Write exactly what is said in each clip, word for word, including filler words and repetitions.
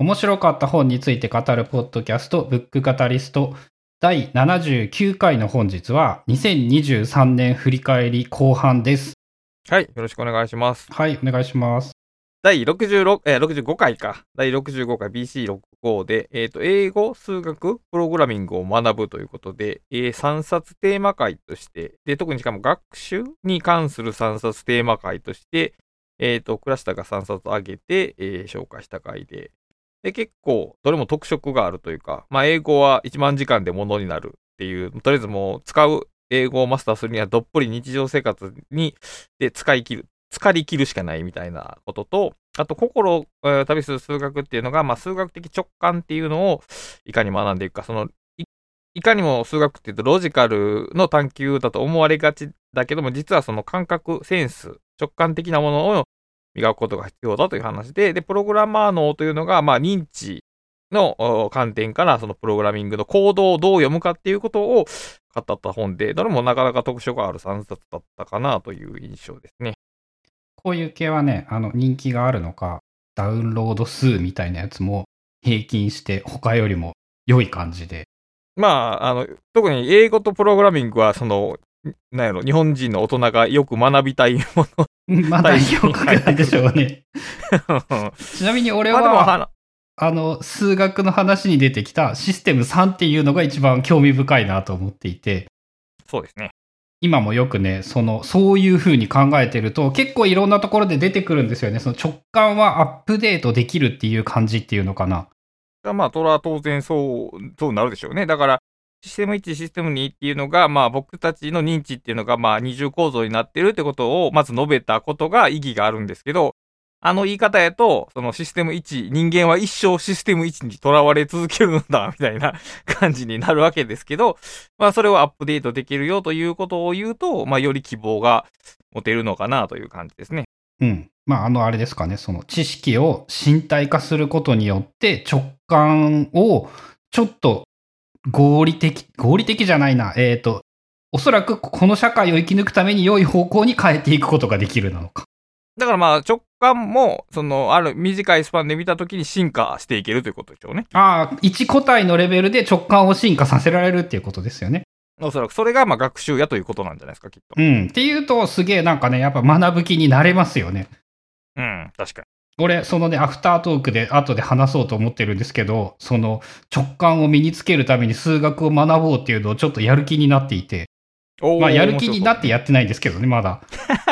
面白かった本について語るポッドキャスト、ブックカタリストだいななじゅうきゅうかいの本日は、にせんにじゅうさんねん振り返り後半です。 はい、よろしくお願いします。 はい、お願いします。 だいろくじゅうろく、えー、ろくじゅうごかいか。だいろくじゅうごかい ビーシーろくじゅうご で、えっ、ー、と、英語、数学、プログラミングを学ぶということで、えー、さんさつテーマ会として、で、特にしかも学習に関するさんさつテーマ会として、えっ、ー、と、クラスターがさんさつ挙げて、えー、紹介した回で、で、結構、どれも特色があるというか、まあ、英語はいちまんじかんでものになるっていう、とりあえずもう使う英語をマスターするにはどっぷり日常生活にで使い切る。疲れ切るしかないみたいなことと、あと、心を、えー、旅する数学っていうのが、まあ、数学的直感っていうのをいかに学んでいくか、その、い, いかにも数学っていうとロジカルの探求だと思われがちだけども、実はその感覚、センス、直感的なものを磨くことが必要だという話で、で、プログラマー脳というのが、まあ、認知の観点から、そのプログラミングのコードをどう読むかっていうことを語った本で、どれもなかなか特徴があるさんさつだったかなという印象ですね。 こういう系はね、あの人気があるのか、ダウンロード数みたいなやつも平均して他よりも良い感じで。 まあ、あの、特に英語とプログラミングは、その、なんやろ、日本人の大人がよく学びたいもの。 まだよくないでしょうね。ちなみに俺は、まあ、あの、数学の話に出てきたシステムさんっていうのが一番興味深いなと思っていて。 そうですね。 今もよくね、その、そういう風に考えてると、結構いろんなところで出てくるんですよね。その直感はアップデートできるっていう感じっていうのかな。 まあ、それは当然そう、そうなるでしょうね。だから、システムいち、システムにっていうのが、まあ、僕たちの認知っていうのが、まあ、二重構造になってるってことを、まず述べたことが意義があるんですけど、あの言い方やと、そのシステムいち、人間は一生システムいちにとらわれ続けるんだ、みたいな感じになるわけですけど、まあそれをアップデートできるよということを言うと、まあより希望が持てるのかなという感じですね。 うん。まああのあれですかね、その知識を身体化することによって直感をちょっと合理的、合理的じゃないな、えっと、おそらくこの社会を生き抜くために良い方向に変えていくことができるなのか。 だからまあ直感も、その、ある短いスパンで見たときに進化していけるということでしょうね。 ああ、一個体のレベルで直感を進化させられるっていうことですよね。 おそらくそれがまあ学習やということなんじゃないですか、きっと。 うん。っていうと、すげえなんかね、やっぱ学ぶ気になれますよね。 うん、確かに。 俺、そのね、アフタートークで後で話そうと思ってるんですけど、その直感を身につけるために数学を学ぼうっていうのをちょっとやる気になっていて、まあやる気になってやってないんですけどね、まだ。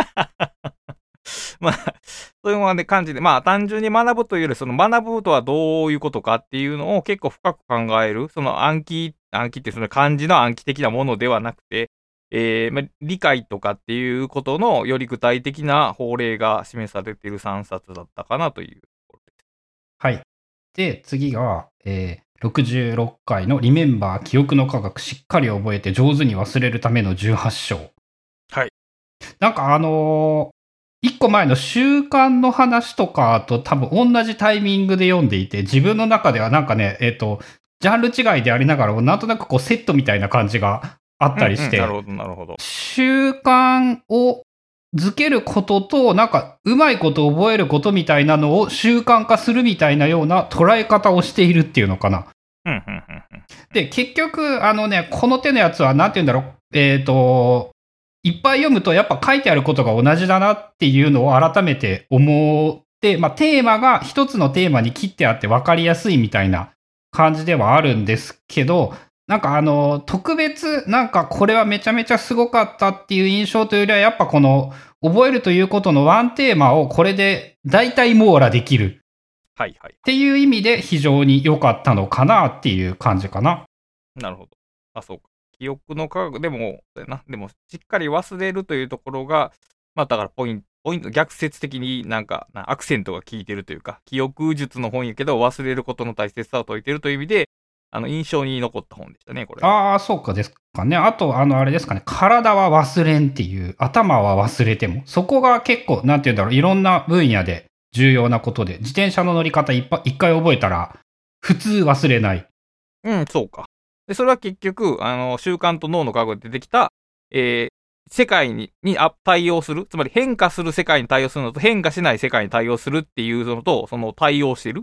まあ、そういうのはね、感じで、まあ、単純に学ぶというより、その学ぶとはどういうことかっていうのを結構深く考える、その暗記、暗記ってその漢字の暗記的なものではなくて、えーまあ、理解とかっていうことのより具体的な法令が示されているさんさつだったかなというところです。 はい。で、次が、えー、ろくじゅうろっかいのリメンバー記憶の科学しっかり覚えて上手に忘れるためのじゅうはち章。 はい。 なんかあのー一個前の習慣の話とかと多分同じタイミングで読んでいて、自分の中ではなんかね、えっと、ジャンル違いでありながら、なんとなくこうセットみたいな感じがあったりして、 うんうん、なるほど、なるほど。 習慣をづけることと、なんかうまいこと覚えることみたいなのを習慣化するみたいなような捉え方をしているっていうのかな。 うんうんうんうん、 で、結局、あのね、この手のやつは、なんて言うんだろう、えっと、いっぱい読むとやっぱ書いてあることが同じだなっていうのを改めて思って、まあテーマが一つのテーマに切ってあって分かりやすいみたいな感じではあるんですけど、なんかあの、特別なんかこれはめちゃめちゃすごかったっていう印象というよりは、やっぱこの覚えるということのワンテーマをこれで大体網羅できる。 はいはい。 っていう意味で非常に良かったのかなっていう感じかな。 なるほど。あ、そうか。記憶の科学でも、な、でも、しっかり忘れるというところが、まあ、だからポイント、ポイント、逆説的になんか、アクセントが効いてるというか、記憶術の本やけど、忘れることの大切さを説いてるという意味で、あの、印象に残った本でしたね、これ。 ああ、そうかですかね。あと、あの、あれですかね。体は忘れんっていう、頭は忘れても。そこが結構、なんて言うんだろう。いろんな分野で重要なことで、自転車の乗り方一回覚えたら、普通忘れない。 うん、そうか。で、それは結局、あの、習慣と脳の科学で出てきた、えー、世界に、に対応する。つまり変化する世界に対応するのと変化しない世界に対応するっていうのと、その対応してる。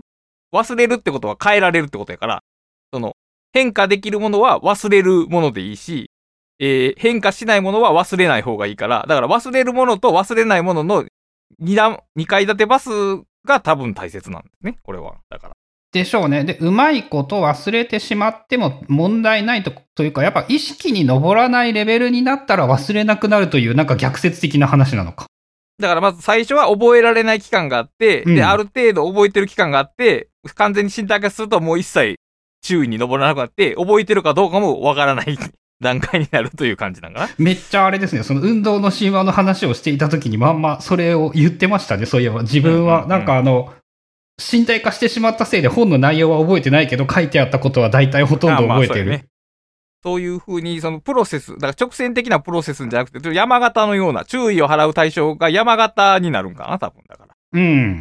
忘れるってことは変えられるってことやから、その、変化できるものは忘れるものでいいし、えー、変化しないものは忘れない方がいいから、だから忘れるものと忘れないものの二段、二階建てバスが多分大切なんですね、これは。だから。 でしょうね。で、うまいこと忘れてしまっても問題ないと、というか、やっぱ意識に上らないレベルになったら忘れなくなるという、なんか逆説的な話なのか。 だからまず最初は覚えられない期間があって、うん、で、ある程度覚えてる期間があって、完全に身体化するともう一切注意に上らなくなって、覚えてるかどうかもわからない段階になるという感じなんかな。 めっちゃあれですね、その運動の神話の話をしていた時にまんまそれを言ってましたね、そういえば。自分は、なんかあの、うんうんうん、身体化してしまったせいで本の内容は覚えてないけど、書いてあったことは大体ほとんど覚えてる。 まあ、そうね、そういうふうに、そのプロセス、だから直線的なプロセスじゃなくて、山形のような注意を払う対象が山形になるんかな、多分だから。 うん。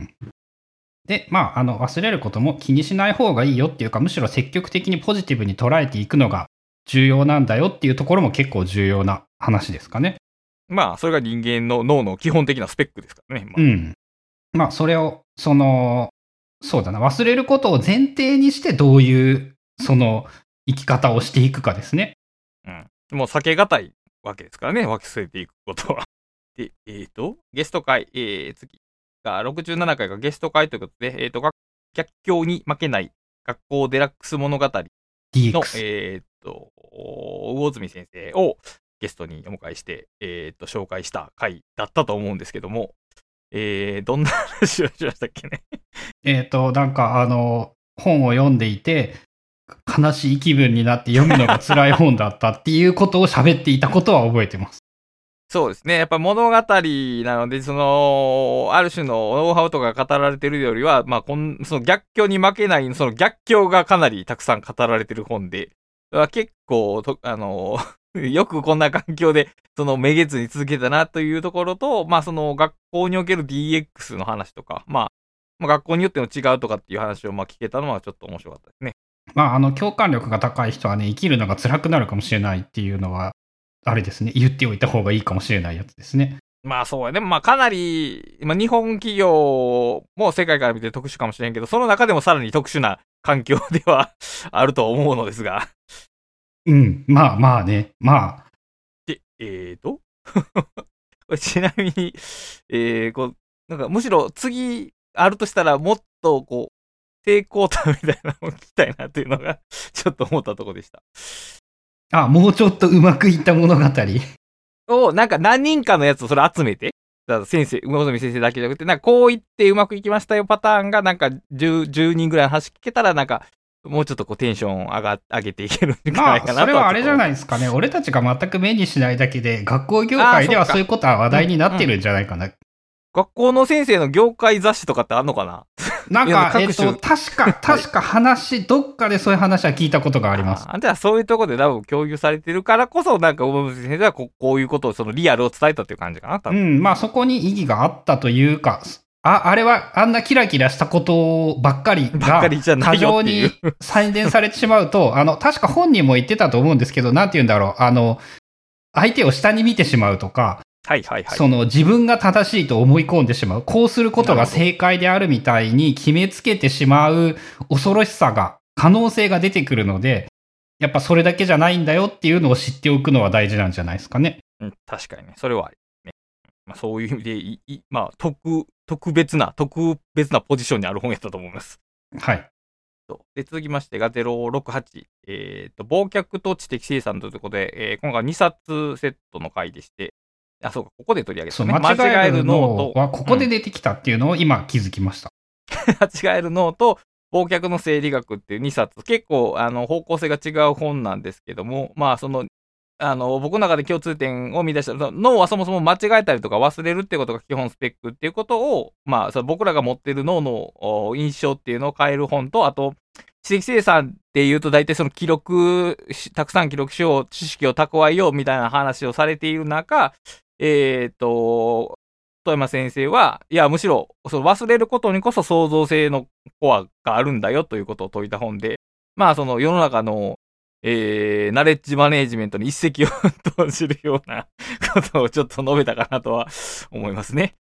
で、まあ、あの、忘れることも気にしない方がいいよっていうか、むしろ積極的にポジティブに捉えていくのが重要なんだよっていうところも結構重要な話ですかね。 まあ、それが人間の脳の基本的なスペックですからね。まあ、 うん。まあ、それを、その、そうだな、忘れることを前提にしてどういう、その、生き方をしていくかですね。 うん。もう避けがたいわけですからね、忘れていくことは。で、えっ、ー、と、ゲスト会、えー、次がろくじゅうななかいがゲスト会ということで、えっ、ー、と、逆境に負けない学校デラックス物語の、えっ、ー、と、魚住先生をゲストにお迎えして、えっ、ー、と、紹介した回だったと思うんですけども、えー、どんな話をしましたっけね。 えっと、なんか、あの、本を読んでいて、悲しい気分になって読むのが辛い本だったっていうことを喋っていたことは覚えてます。 そうですね。やっぱ物語なので、その、ある種のノウハウとか語られてるよりは、まあ、こん、その逆境に負けない、その逆境がかなりたくさん語られてる本で、結構と、あの、よくこんな環境で、そのめげずに続けたなというところと、まあ、その学校における ディーエックス の話とか、まあ、まあ、学校によっても違うとかっていう話をまあ聞けたのはちょっと面白かったですね。 まあ、あの、共感力が高い人はね、生きるのが辛くなるかもしれないっていうのは、あれですね、言っておいた方がいいかもしれないやつですね。 まあそうやね。まあかなり、まあ日本企業も世界から見て特殊かもしれんけど、その中でもさらに特殊な環境ではあると思うのですが。 うん、まあまあね、まあ。 で、えーとちなみに、えー、こう、なんかむしろ次あるとしたらもっとこう、成功談みたいなのを聞きたいなというのがちょっと思ったところでした。 あ、もうちょっとうまくいった物語を、なんか何人かのやつをそれ集めて、だから先生、魚住先生だけじゃなくて、なんかこう言ってうまくいきましたよパターンが、なんか 10, じゅうにんぐらいの話聞けたら、なんか、もうちょっとこうテンション上が上げていけるんじゃないかなと。 まあ、それはあれじゃないですかね。俺たちが全く目にしないだけで、学校業界ではそういうことは話題になってるんじゃないかな。うんうん、 学校の先生の業界雑誌とかってあんのかな。 なんか、えっと、確か、確か話、どっかでそういう話は聞いたことがあります。 あ、じゃあそういうところで多分共有されてるからこそ、なんか、大森先生はここういうことを、そのリアルを伝えたっていう感じかな、多分。 うん、まあそこに意義があったというか、あ、あれはあんなキラキラしたことばっかりが過剰に宣伝されてしまうと、あの、確か本人も言ってたと思うんですけど、なんて言うんだろう、あの、相手を下に見てしまうとか、 はいはいはい。 その自分が正しいと思い込んでしまう。こうすることが正解であるみたいに決めつけてしまう恐ろしさが、可能性が出てくるので、やっぱそれだけじゃないんだよっていうのを知っておくのは大事なんじゃないですかね。 うん、確かにね。それはありね。まあ、そういう意味でい、いまあ、特、特別な、特別なポジションにある本やったと思います。 はい。 で、続きましてがゼロろくはち。えっ、ー、と、忘却と知的生産ということで、えー、今回にさつセットの回でして、あ、そうか、ここで取り上げたね。 そう、間違える脳はここで出てきたっていうのを今気づきました。 間違える脳と忘却の生理学っていうにさつ、結構あの方向性が違う本なんですけども、まあその、あの、僕の中で共通点を見出した、脳はそもそも間違えたりとか忘れるってことが基本スペックっていうことを、まあその僕らが持ってる脳の印象っていうのを変える本と、あと、知的生産っていうと大体その記録、たくさん記録しよう、知識を蓄えようみたいな話をされている中、えっと、富山先生は、いや、むしろ、その忘れることにこそ創造性のコアがあるんだよということを説いた本で、まあ、その世の中の、えー、ナレッジマネージメントに一石を投じるようなことをちょっと述べたかなとは思いますね。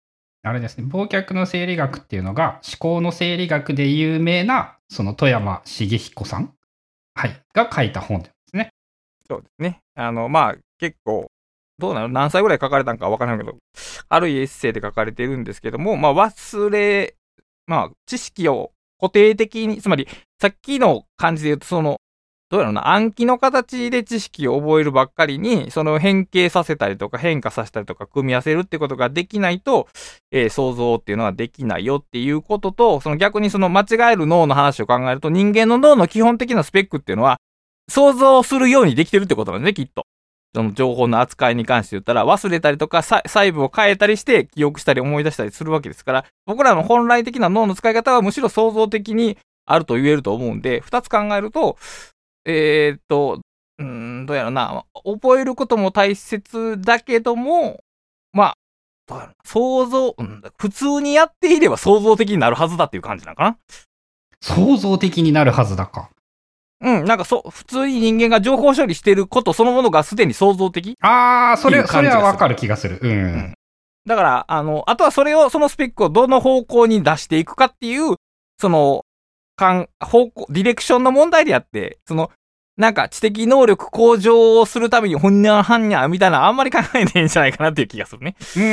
あれですね、忘却の生理学っていうのが、思考の生理学で有名な、その富山茂彦さん、はい、が書いた本ですね。 そうですね。あの、まあ、結構、どうなの何歳ぐらい書かれたんかわからないけど、あるエッセイで書かれてるんですけども、まあ、忘れ、まあ、知識を固定的に、つまり、さっきの感じで言うと、その、どうやろうな、暗記の形で知識を覚えるばっかりに、その変形させたりとか変化させたりとか組み合わせるってことができないと、えー、想像っていうのはできないよっていうことと、その逆にその間違える脳の話を考えると、人間の脳の基本的なスペックっていうのは、想像するようにできてるってことなんですね、きっと。その情報の扱いに関して言ったら、忘れたりとか、細部を変えたりして、記憶したり思い出したりするわけですから、僕らの本来的な脳の使い方はむしろ創造的にあると言えると思うんで、二つ考えると、えー、っと、うーん、どうやろな、覚えることも大切だけども、まあ、どうやろな、想像、うん、普通にやっていれば創造的になるはずだっていう感じなのかな。 創造的になるはずだか。 うん、なんかそう、普通に人間が情報処理してることそのものがすでに創造的。 ああ、それ、それはわかる気がする。うん。うん、 だから、あの、あとはそれを、そのスペックをどの方向に出していくかっていう、その、かん、方向、ディレクションの問題であって、その、なんか知的能力向上をするためにほんにゃはんにゃみたいなあんまり考えないんじゃないかなっていう気がするね。 うん。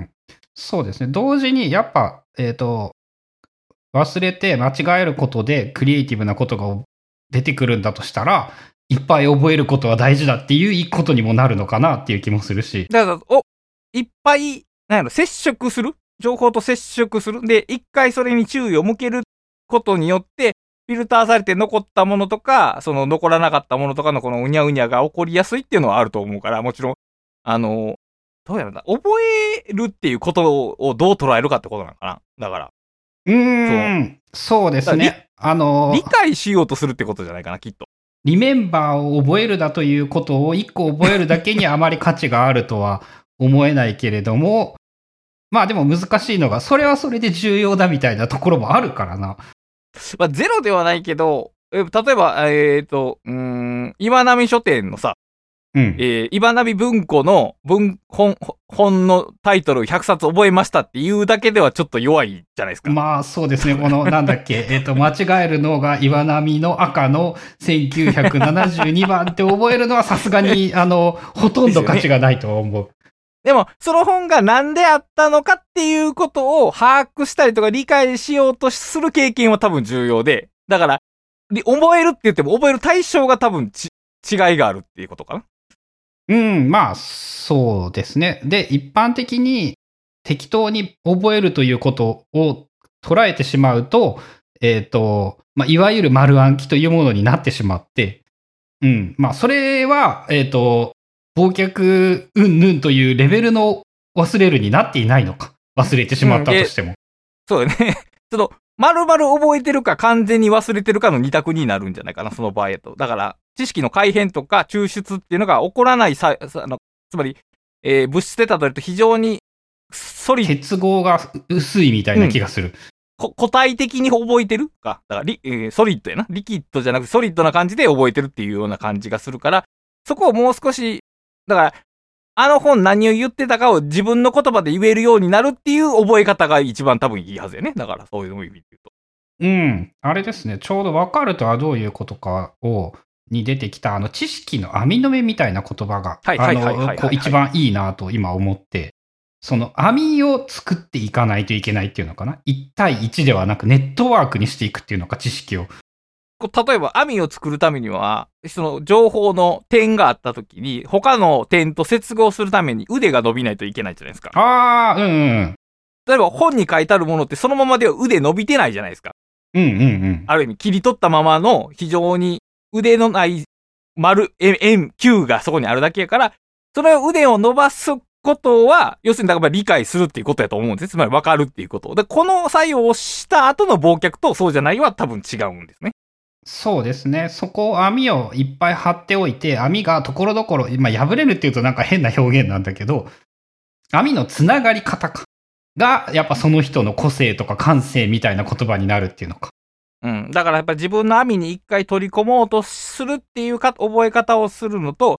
そうですね。同時に、やっぱ、えっと、忘れて間違えることでクリエイティブなことが出てくるんだとしたら、いっぱい覚えることは大事だっていうことにもなるのかなっていう気もするし。 だから、お、いっぱい、なんやろ、接触する情報と接触する。で、一回それに注意を向けることによって、フィルターされて残ったものとか、その残らなかったものとかのこのうにゃうにゃが起こりやすいっていうのはあると思うから、もちろん、あの、どうやろな、覚えるっていうことをどう捉えるかってことなのかな。だから。 うーん、そうですね。あの、 理解しようとするってことじゃないかな、きっと。 リメンバーを覚えるだということを一個覚えるだけにあまり価値があるとは思えないけれども、まあでも難しいのが、それはそれで重要だみたいなところもあるからな。 まあ、ゼロではないけど、え例えば、えっ、ー、と、うーん、岩波書店のさ、 うん、 えー、岩波文庫の文本、本のタイトルひゃくさつ覚えましたっていうだけではちょっと弱いじゃないですか。 まあそうですね。この、なんだっけ、えっと、間違えるのが岩波の赤のせんきゅうひゃくななじゅうにばんって覚えるのはさすがに、あの、ほとんど価値がないと思う。 でも、その本が何であったのかっていうことを把握したりとか理解しようとする経験は多分重要で、だから、覚えるって言っても覚える対象が多分ち違いがあるっていうことかな。 うん、まあ、そうですね。で、一般的に適当に覚えるということを捉えてしまうと、えっと、まあ、いわゆる丸暗記というものになってしまって、うん、まあ、それは、えっと、忘却うんぬんというレベルの忘れるになっていないのか。忘れてしまったとしても。うん、 そうだね。ちょっと、丸々覚えてるか完全に忘れてるかの二択になるんじゃないかな、その場合と。だから、知識の改変とか抽出っていうのが起こらないさ、あのつまり、えー、物質で例えると非常にソリッド。 結合が薄いみたいな気がする。 うん、固体的に覚えてるか。だからリ、えー、ソリッドやな。リキッドじゃなくてソリッドな感じで覚えてるっていうような感じがするから、そこをもう少し、だから、あの本何を言ってたかを自分の言葉で言えるようになるっていう覚え方が一番多分いいはずやね。だからそういうのも意味で言うと。 うん。あれですね。ちょうど分かるとはどういうことかを、に出てきた、あの、知識の網の目みたいな言葉が、あの、こう一番いいなと今思って、その網を作っていかないといけないっていうのかな。いち対いちではなくネットワークにしていくっていうのか、知識を。 例えば網を作るためには、その情報の点があった時に、他の点と接合するために腕が伸びないといけないじゃないですか。 ああ、うんうん。 例えば本に書いてあるものってそのままでは腕伸びてないじゃないですか。 うんうんうん。 ある意味切り取ったままの非常に腕のない丸、円、球がそこにあるだけやから、その腕を伸ばすことは、要するにだから理解するっていうことやと思うんです。つまり分かるっていうこと。で、この作用をした後の忘却とそうじゃないは多分違うんですね。 そうですね。そこを網をいっぱい張っておいて、網がところどころ、まあ破れるっていうとなんか変な表現なんだけど、網のつながり方か。が、やっぱその人の個性とか感性みたいな言葉になるっていうのか。 うん。だからやっぱり自分の網に一回取り込もうとするっていうか覚え方をするのと、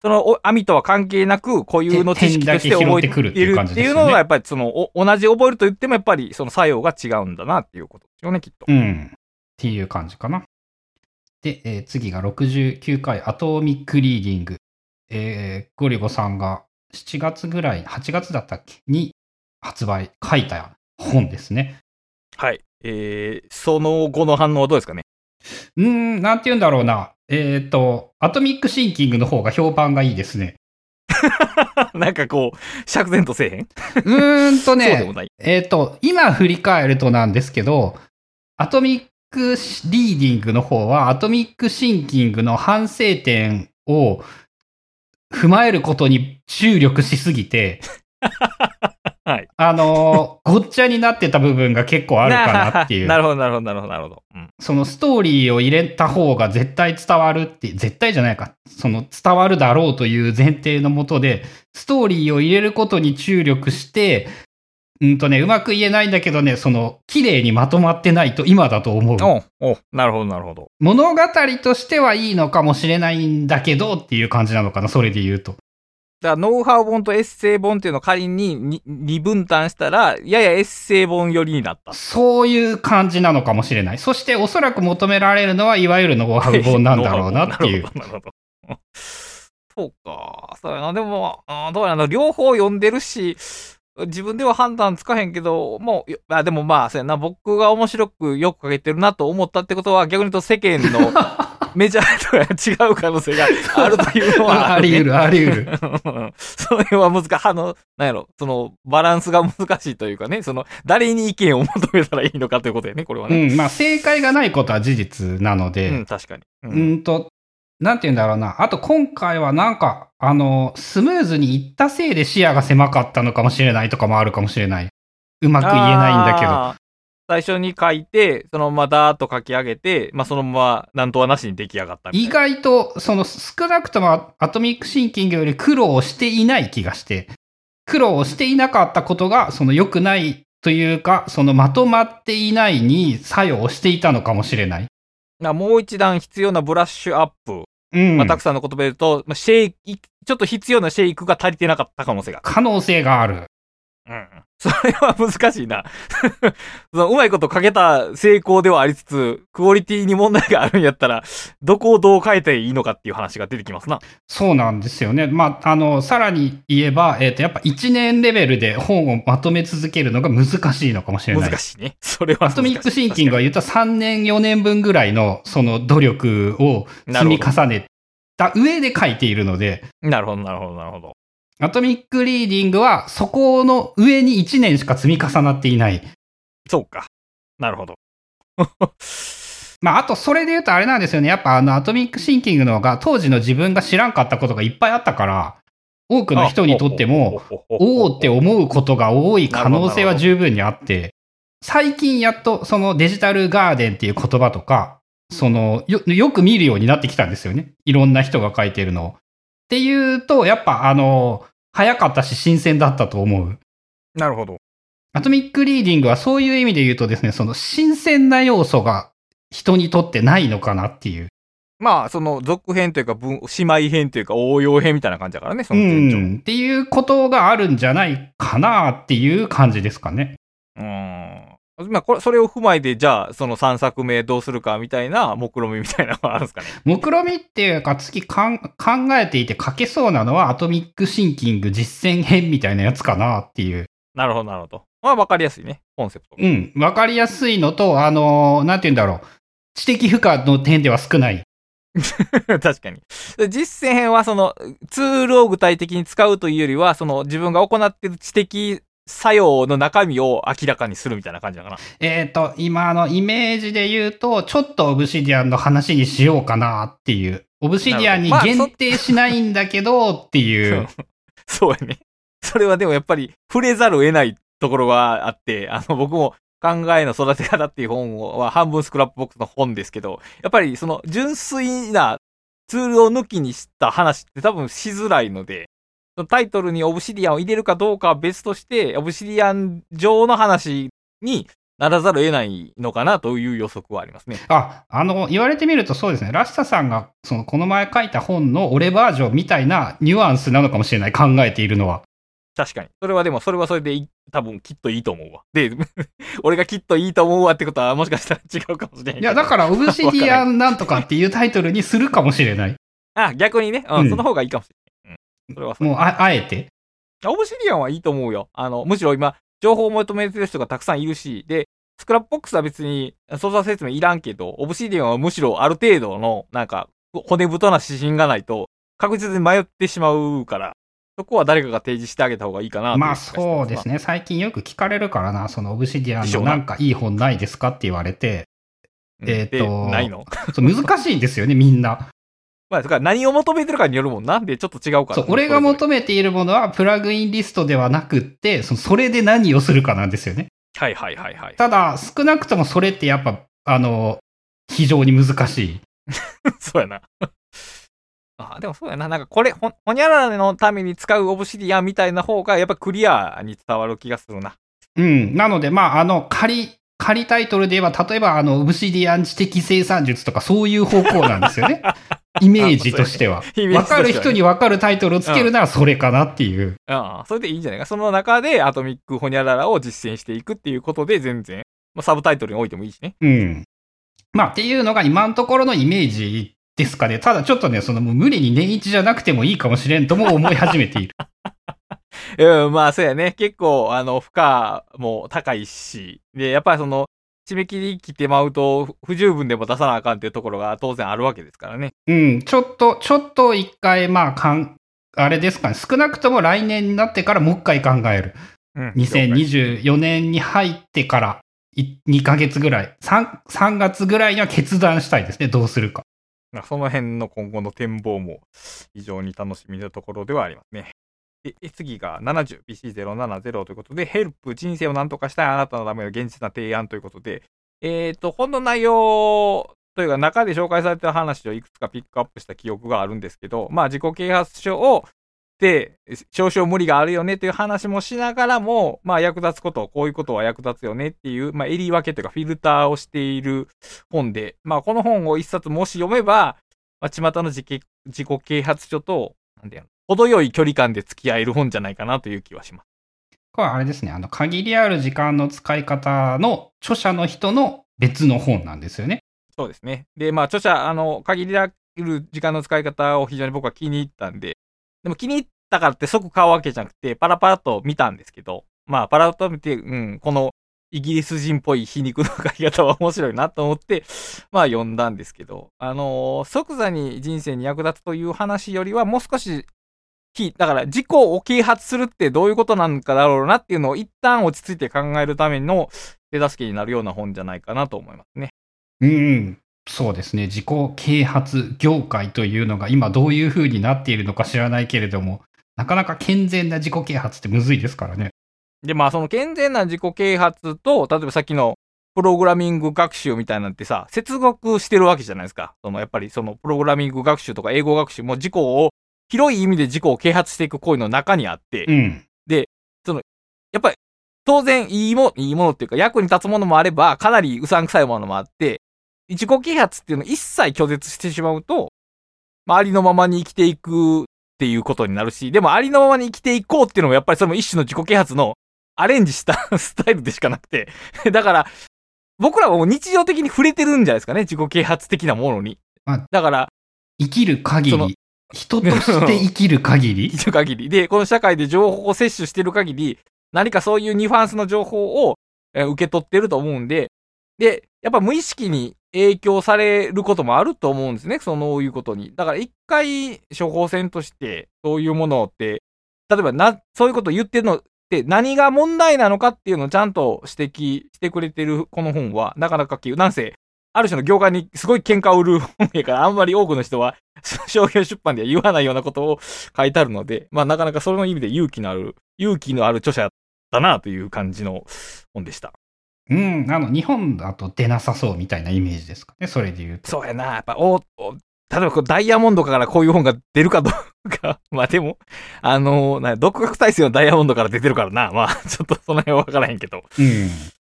そのお網とは関係なく固有の知識として覚えてくるっていうのが、やっぱりそのお同じ覚えると言ってもやっぱりその作用が違うんだなっていうことですよね、きっと。 うん。っていう感じかな。で、えー、次がろくじゅうきゅうかいアトミックリーディング。えー、ゴリゴさんがしちがつぐらい、はちがつだったっけに発売、書いた本ですね。 はい。えー、その後の反応はどうですかね。 うーん、なんて言うんだろうな。えっ、ー、と、アトミックシンキングの方が評判がいいですね。 なんかこう、釈然とせえへんうーんとね、 そうでもない。 えっ、ー、と、今振り返るとなんですけど、アトミックリーディングの方は、アトミックシンキングの反省点を踏まえることに注力しすぎて、 はい。 あのー、ごっちゃになってた部分が結構あるかなっていう。 なるほど、なるほど、なるほど、なるほど。うん、 そのストーリーを入れた方が絶対伝わるって、絶対じゃないか。その伝わるだろうという前提のもとで、ストーリーを入れることに注力して、うんとね、うまく言えないんだけどね、その、綺麗にまとまってないと今だと思う。 おお、なるほど、なるほど。 物語としてはいいのかもしれないんだけどっていう感じなのかな、それで言うと。 だからノウハウ本とエッセイ本っていうのを仮にに分担したら、ややエッセイ本寄りになった。 そういう感じなのかもしれない。そしておそらく求められるのは、いわゆるノウハウ本なんだろうなっていう。 なるほど、なるほど。そうか。そうやな。でも、あどうやな。両方読んでるし、自分では判断つかへんけど、もう、あでもまあ、そうやな。僕が面白くよく書けてるなと思ったってことは、逆に言うと世間のメジャーとは違う可能性があるというのはあ、ね、あり得る、あり得る。それは難しい。あの、なんやろ、その、バランスが難しいというかね、その、誰に意見を求めたらいいのかということやね、これはね。 うん、まあ、正解がないことは事実なので。 うん、確かに。 うん、うんと、なんて言うんだろうな。あと今回はなんか、あの、スムーズにいったせいで視野が狭かったのかもしれないとかもあるかもしれない。うまく言えないんだけど。 最初に書いて、そのままダーッと書き上げて、まあそのままなんとはなしに出来上がったみたいな。 意外と、その少なくともアトミックシンキングより苦労していない気がして、苦労していなかったことが、その良くないというか、そのまとまっていないに作用していたのかもしれない。 もう一段必要なブラッシュアップ。 うん。 まあ、たくさんの言葉で言うと、まあ、シェイク、ちょっと必要なシェイクが足りてなかった可能性が。 可能性がある。 うん。それは難しいな。そのうまいこと書けた成功ではありつつ、クオリティに問題があるんやったら、どこをどう変えていいのかっていう話が出てきますな。 そうなんですよね。まあ、あの、さらに言えば、えっと、やっぱいちねんレベルで本をまとめ続けるのが難しいのかもしれない。 難しいね。それは難しい。 アトミックシンキングは言ったらさんねん、よねんぶんぐらいのその努力を積み重ねた上で書いているので。 なるほど、なるほど、なるほど。 アトミックリーディングはそこの上にいちねんしか積み重なっていない。 そうか。なるほど。 まあ、あとそれで言うとあれなんですよね。やっぱあのアトミックシンキングの方が当時の自分が知らんかったことがいっぱいあったから、多くの人にとっても、おーって思うことが多い可能性は十分にあって、最近やっとそのデジタルガーデンっていう言葉とか、その よ, よく見るようになってきたんですよね。いろんな人が書いてるのを。っていうと、やっぱあの、早かったし新鮮だったと思う。 なるほど。 アトミックリーディングはそういう意味で言うとですね、その新鮮な要素が人にとってないのかなっていう。 まあ、その続編というか、姉妹編というか、応用編みたいな感じだからね、その前兆。うん。っていうことがあるんじゃないかなっていう感じですかね。 うん。まあ、これ、それを踏まえて、じゃあ、そのさんさくめどうするかみたいな、目論みみたいなのがあるんですかね。 目論みっていうか、次かん考えていて書けそうなのは、アトミックシンキング実践編みたいなやつかなっていう。 なるほど、なるほど。まあ、わかりやすいね、コンセプト。 うん、わかりやすいのと、あのー、なんて言うんだろう。知的負荷の点では少ない。 確かに。実践編は、その、ツールを具体的に使うというよりは、その、自分が行っている知的作用の中身を明らかにするみたいな感じだかな。 えっと、今のイメージで言うと、ちょっとオブシディアンの話にしようかなっていう。オブシディアンに限定しないんだけどっていう。 まあ、そ, そうやね。それはでもやっぱり触れざるを得ないところがあって、あの、僕も考えの育て方っていう本は半分スクラップボックスの本ですけど、やっぱりその純粋なツールを抜きにした話って多分しづらいので、タイトルにオブシディアンを入れるかどうかは別として、オブシディアン上の話にならざるを得ないのかなという予測はありますね。 あ、あの、言われてみるとそうですね。ラシタさんが、その、この前書いた本の俺バージョンみたいなニュアンスなのかもしれない。考えているのは。 確かに。それはでも、それはそれでい多分きっといいと思うわ。で、俺がきっといいと思うわってことは、もしかしたら違うかもしれない。 いや、だから、オブシディアンなんとかっていうタイトルにするかもしれない。 あ、逆にね、うん、うん、その方がいいかもしれない。うん。それはそう。 もうあ、あえて。 オブシディアンはいいと思うよ。あの、むしろ今、情報を求めてる人がたくさんいるし、で、スクラップボックスは別に操作説明いらんけど、オブシディアンはむしろある程度の、なんか、骨太な指針がないと、確実に迷ってしまうから、そこは誰かが提示してあげた方がいいかなと。 まあそうですね。最近よく聞かれるからな、そのオブシディアンのなんかいい本ないですかって言われて、えっと、 ないのそう難しいんですよね、みんな。 まあ、だから何を求めてるかによるもんなんでちょっと違うから、 そう、俺が求めているものはプラグインリストではなくって、そのそれで何をするかなんですよね。 はいはいはいはい。 ただ、少なくともそれってやっぱ、あの、非常に難しい。 そうやな。あ、でもそうやな。なんかこれ、ほ、ほにゃららのために使うオブシディアンみたいな方が、やっぱクリアに伝わる気がするな。 うん。なので、まあ、あの、仮、仮タイトルで言えば、例えば、あの、オブシディアン知的生産術とか、そういう方向なんですよね。イメージとしては。わかる人にわかるタイトルをつけるならそれかなっていう。 ああ、それでいいんじゃないか。その中でアトミックホニャララを実践していくっていうことで全然、まあ、サブタイトルに置いてもいいしね。 うん。まあっていうのが今のところのイメージですかね。ただちょっとね、そのもう無理に年一じゃなくてもいいかもしれんとも思い始めている。 うん、まあそうやね。結構、あの、負荷も高いし、で、やっぱりその、締め切り切ってまうと、不十分でも出さなあかんっていうところが当然あるわけですからね。 うん、ちょっと、ちょっと一回、まあ、かん、あれですかね、少なくとも来年になってからもう一回考える。うん、にせんにじゅうよねんに入ってからにかげつぐらい、3、さんがつぐらいには決断したいですね、どうするか。 その辺の今後の展望も非常に楽しみなところではありますね。で次が ななじゅう、ビーシーゼロななゼロ ということで、ヘルプ、人生を何とかしたいあなたのための現実な提案ということで、えっと、本の内容というか中で紹介されている話をいくつかピックアップした記憶があるんですけど、まあ自己啓発書をで、少々無理があるよねという話もしながらも、まあ役立つこと、こういうことは役立つよねっていう、まあ襟分けというかフィルターをしている本で、まあこの本を一冊もし読めば、まあ巷の自己、自己啓発書と、なんていうの、程よい距離感で付き合える本じゃないかなという気はします。 これはあれですね、あの、限りある時間の使い方の著者の人の別の本なんですよね。 そうですね。で、まあ著者、あの、限りある時間の使い方を非常に僕は気に入ったんで、でも気に入ったからって即買うわけじゃなくて、パラパラと見たんですけど、まあパラパラと見て、うん、このイギリス人っぽい皮肉の書き方は面白いなと思って、まあ読んだんですけど、あのー、即座に人生に役立つという話よりはもう少し、だから自己を啓発するってどういうことなのかだろうなっていうのを一旦落ち着いて考えるための手助けになるような本じゃないかなと思いますね。 うん、そうですね。自己啓発業界というのが今どういう風になっているのか知らないけれども、なかなか健全な自己啓発ってむずいですからね。 で、まあその健全な自己啓発と、例えばさっきのプログラミング学習みたいなんてさ、接続してるわけじゃないですか。そのやっぱりそのプログラミング学習とか英語学習も自己を、広い意味で自己を啓発していく行為の中にあって、 うん、 で、その、やっぱり当然いいも、いいものっていうか役に立つものもあれば、かなりうさんくさいものもあって、自己啓発っていうのを一切拒絶してしまうと、まあ、ありのままに生きていくっていうことになるし、でもありのままに生きていこうっていうのもやっぱりその一種の自己啓発のアレンジしたスタイルでしかなくて。だから、僕らはもう日常的に触れてるんじゃないですかね、自己啓発的なものに。だから、 生きる限り、人として生きる限り生きる限り。で、この社会で情報を摂取してる限り、何かそういうニュアンスの情報を受け取ってると思うんで、で、やっぱ無意識に影響されることもあると思うんですね、そういうことに。だから一回処方箋としてそういうものって、例えばな、そういうことを言ってるのって何が問題なのかっていうのをちゃんと指摘してくれてるこの本は、なかなかなんせ、ある種の業界にすごい喧嘩を売る本やから、あんまり多くの人は商業出版では言わないようなことを書いてあるので、まあなかなかその意味で勇気のある、勇気のある著者だなという感じの本でした。 うん、あの、日本だと出なさそうみたいなイメージですかね、それで言うと。 そうやな、やっぱ、お、お例えばこうダイヤモンドからこういう本が出るかどうか、まあでも、あのー、な独学体制のダイヤモンドから出てるからな、まあちょっとその辺はわからへんけど。 うん。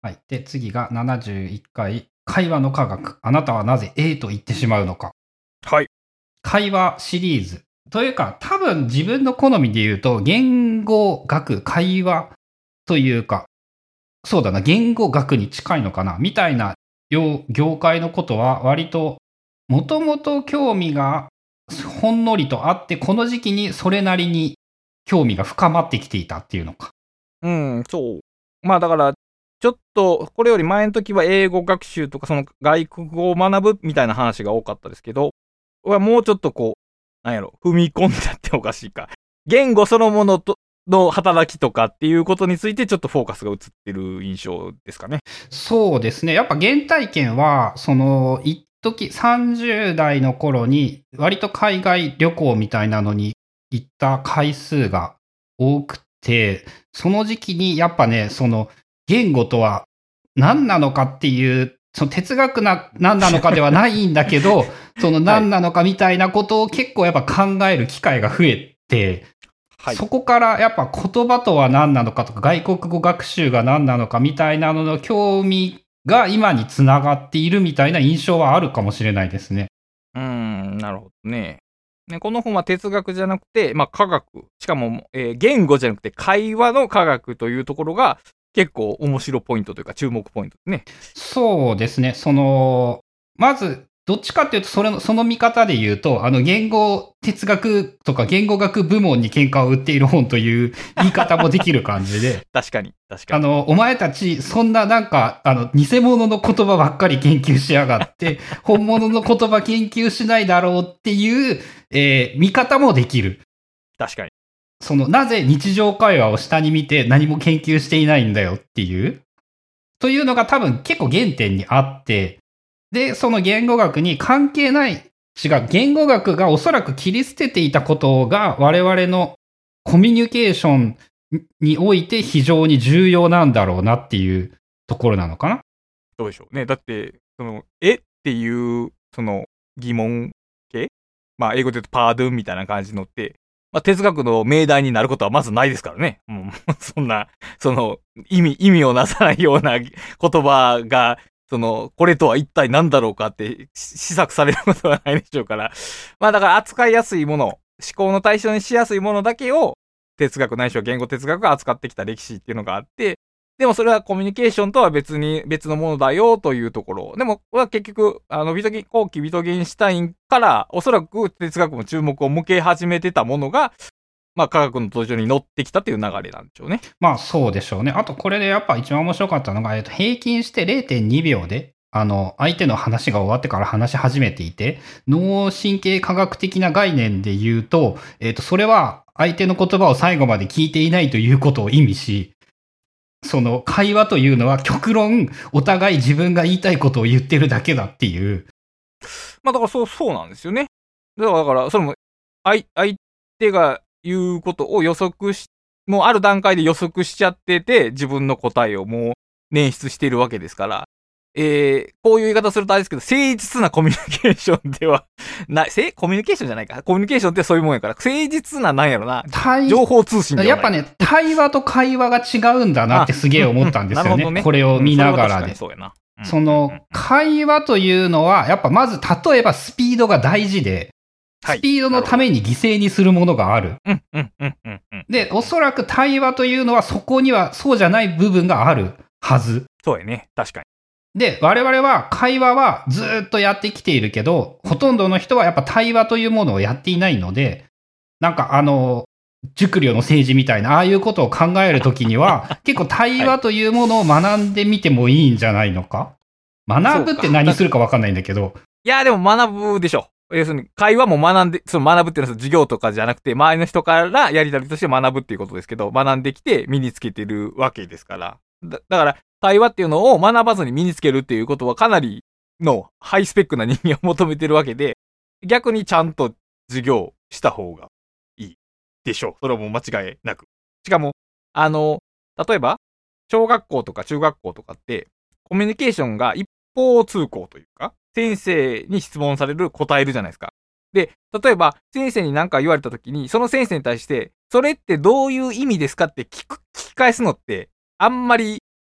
はい。で、次がななじゅういっかい、会話の科学。あなたはなぜ A と言ってしまうのか。 はい。 会話シリーズ。というか、多分自分の好みで言うと、言語学、会話というか、そうだな、言語学に近いのかな、みたいな業業界のことは、割と、もともと興味がほんのりとあって、この時期にそれなりに興味が深まってきていたっていうのか。 うん、そう。まあだから、ちょっと、これより前の時は英語学習とか、その外国語を学ぶみたいな話が多かったですけど、はもうちょっとこう、なんやろ、踏み込んだっておかしいか。言語そのものと、の働きとかっていうことについてちょっとフォーカスが移ってる印象ですかね。 そうですね。やっぱ原体験は、その、一時さんじゅう代の頃に、割と海外旅行みたいなのに行った回数が多くて、その時期にやっぱね、その、言語とは何なのかっていう、その哲学な何なのかではないんだけど、その何なのかみたいなことを結構やっぱ考える機会が増えて、はい、そこからやっぱ言葉とは何なのかとか外国語学習が何なのかみたいなのの興味が今につながっているみたいな印象はあるかもしれないですね。 うーん、なるほどね。ね、この本は哲学じゃなくて、まあ科学、しかも、えー、言語じゃなくて会話の科学というところが結構面白ポイントというか注目ポイントですね。 そうですね。その、まず、どっちかっていうと、それの、その見方で言うと、あの、言語哲学とか言語学部門に喧嘩を売っている本という言い方もできる感じで。 確かに、確かに。あの、お前たち、そんななんか、あの、偽物の言葉ばっかり研究しやがって、本物の言葉研究しないだろうっていう、えー、見方もできる。 確かに。 その、なぜ日常会話を下に見て何も研究していないんだよっていう。というのが多分結構原点にあって、で、その言語学に関係ない、違う、言語学がおそらく切り捨てていたことが我々のコミュニケーションにおいて非常に重要なんだろうなっていうところなのかな。 どうでしょうね。だって、その、えっていう、その疑問系、まあ英語で言うとパードゥンみたいな感じのって、まあ、哲学の命題になることはまずないですからね。もうそんな、その、意味、意味をなさないような言葉が、その、これとは一体何だろうかって試作されることはないでしょうから。まあだから扱いやすいもの、思考の対象にしやすいものだけを、哲学ないしは言語哲学が扱ってきた歴史っていうのがあって、でもそれはコミュニケーションとは別に、別のものだよというところ。でも、これは結局、あの、ビトギン、後期ビトゲンシュタインから、おそらく哲学も注目を向け始めてたものが、まあ、科学の登場に乗ってきたという流れなんでしょうね。 まあ、そうでしょうね。あと、これでやっぱ一番面白かったのが、えっと、平均して れいてんにびょうで、あの、相手の話が終わってから話し始めていて、脳神経科学的な概念で言うと、えっと、それは相手の言葉を最後まで聞いていないということを意味し、その会話というのは極論お互い自分が言いたいことを言ってるだけだっていう。 まあだからそう、そうなんですよね。だから、だからそれも相、相手が言うことを予測し、もうある段階で予測しちゃってて、自分の答えをもう捻出しているわけですから、えー、こういう言い方するとあれですけど、誠実なコミュニケーションではない、せコミュニケーションじゃないか。コミュニケーションってそういうもんやから、誠実な、なんやろな、情報通信ではない。 やっぱね、対話と会話が違うんだなってすげえ思ったんですよね。ねこれを見ながらで。うん、そ, そうやな。うん、その、会話というのは、やっぱまず例えばスピードが大事で、スピードのために犠牲にするものがある。で、おそらく対話というのはそこにはそうじゃない部分があるはず。 そうやね。確かに。 で、我々は会話はずっとやってきているけど、ほとんどの人はやっぱ対話というものをやっていないので、なんかあの、熟慮の政治みたいな、ああいうことを考えるときには、結構対話というものを学んでみてもいいんじゃないのか、はい、学ぶって何するか分かんないんだけど。 いや、でも学ぶでしょ。要するに、会話も学んで、その学ぶっていうのは授業とかじゃなくて、周りの人からやりたりとして学ぶっていうことですけど、学んできて身につけてるわけですから。だ, だから、対話っていうのを学ばずに身につけるっていうことはかなりのハイスペックな人間を求めてるわけで、逆にちゃんと授業した方がいいでしょう。それはもう間違いなく。しかも、あの、例えば、小学校とか中学校とかって、コミュニケーションが一方通行というか、先生に質問される答えるじゃないですか。で、例えば、先生に何か言われたときに、その先生に対して、それってどういう意味ですかって聞く、聞き返すのって、あんまり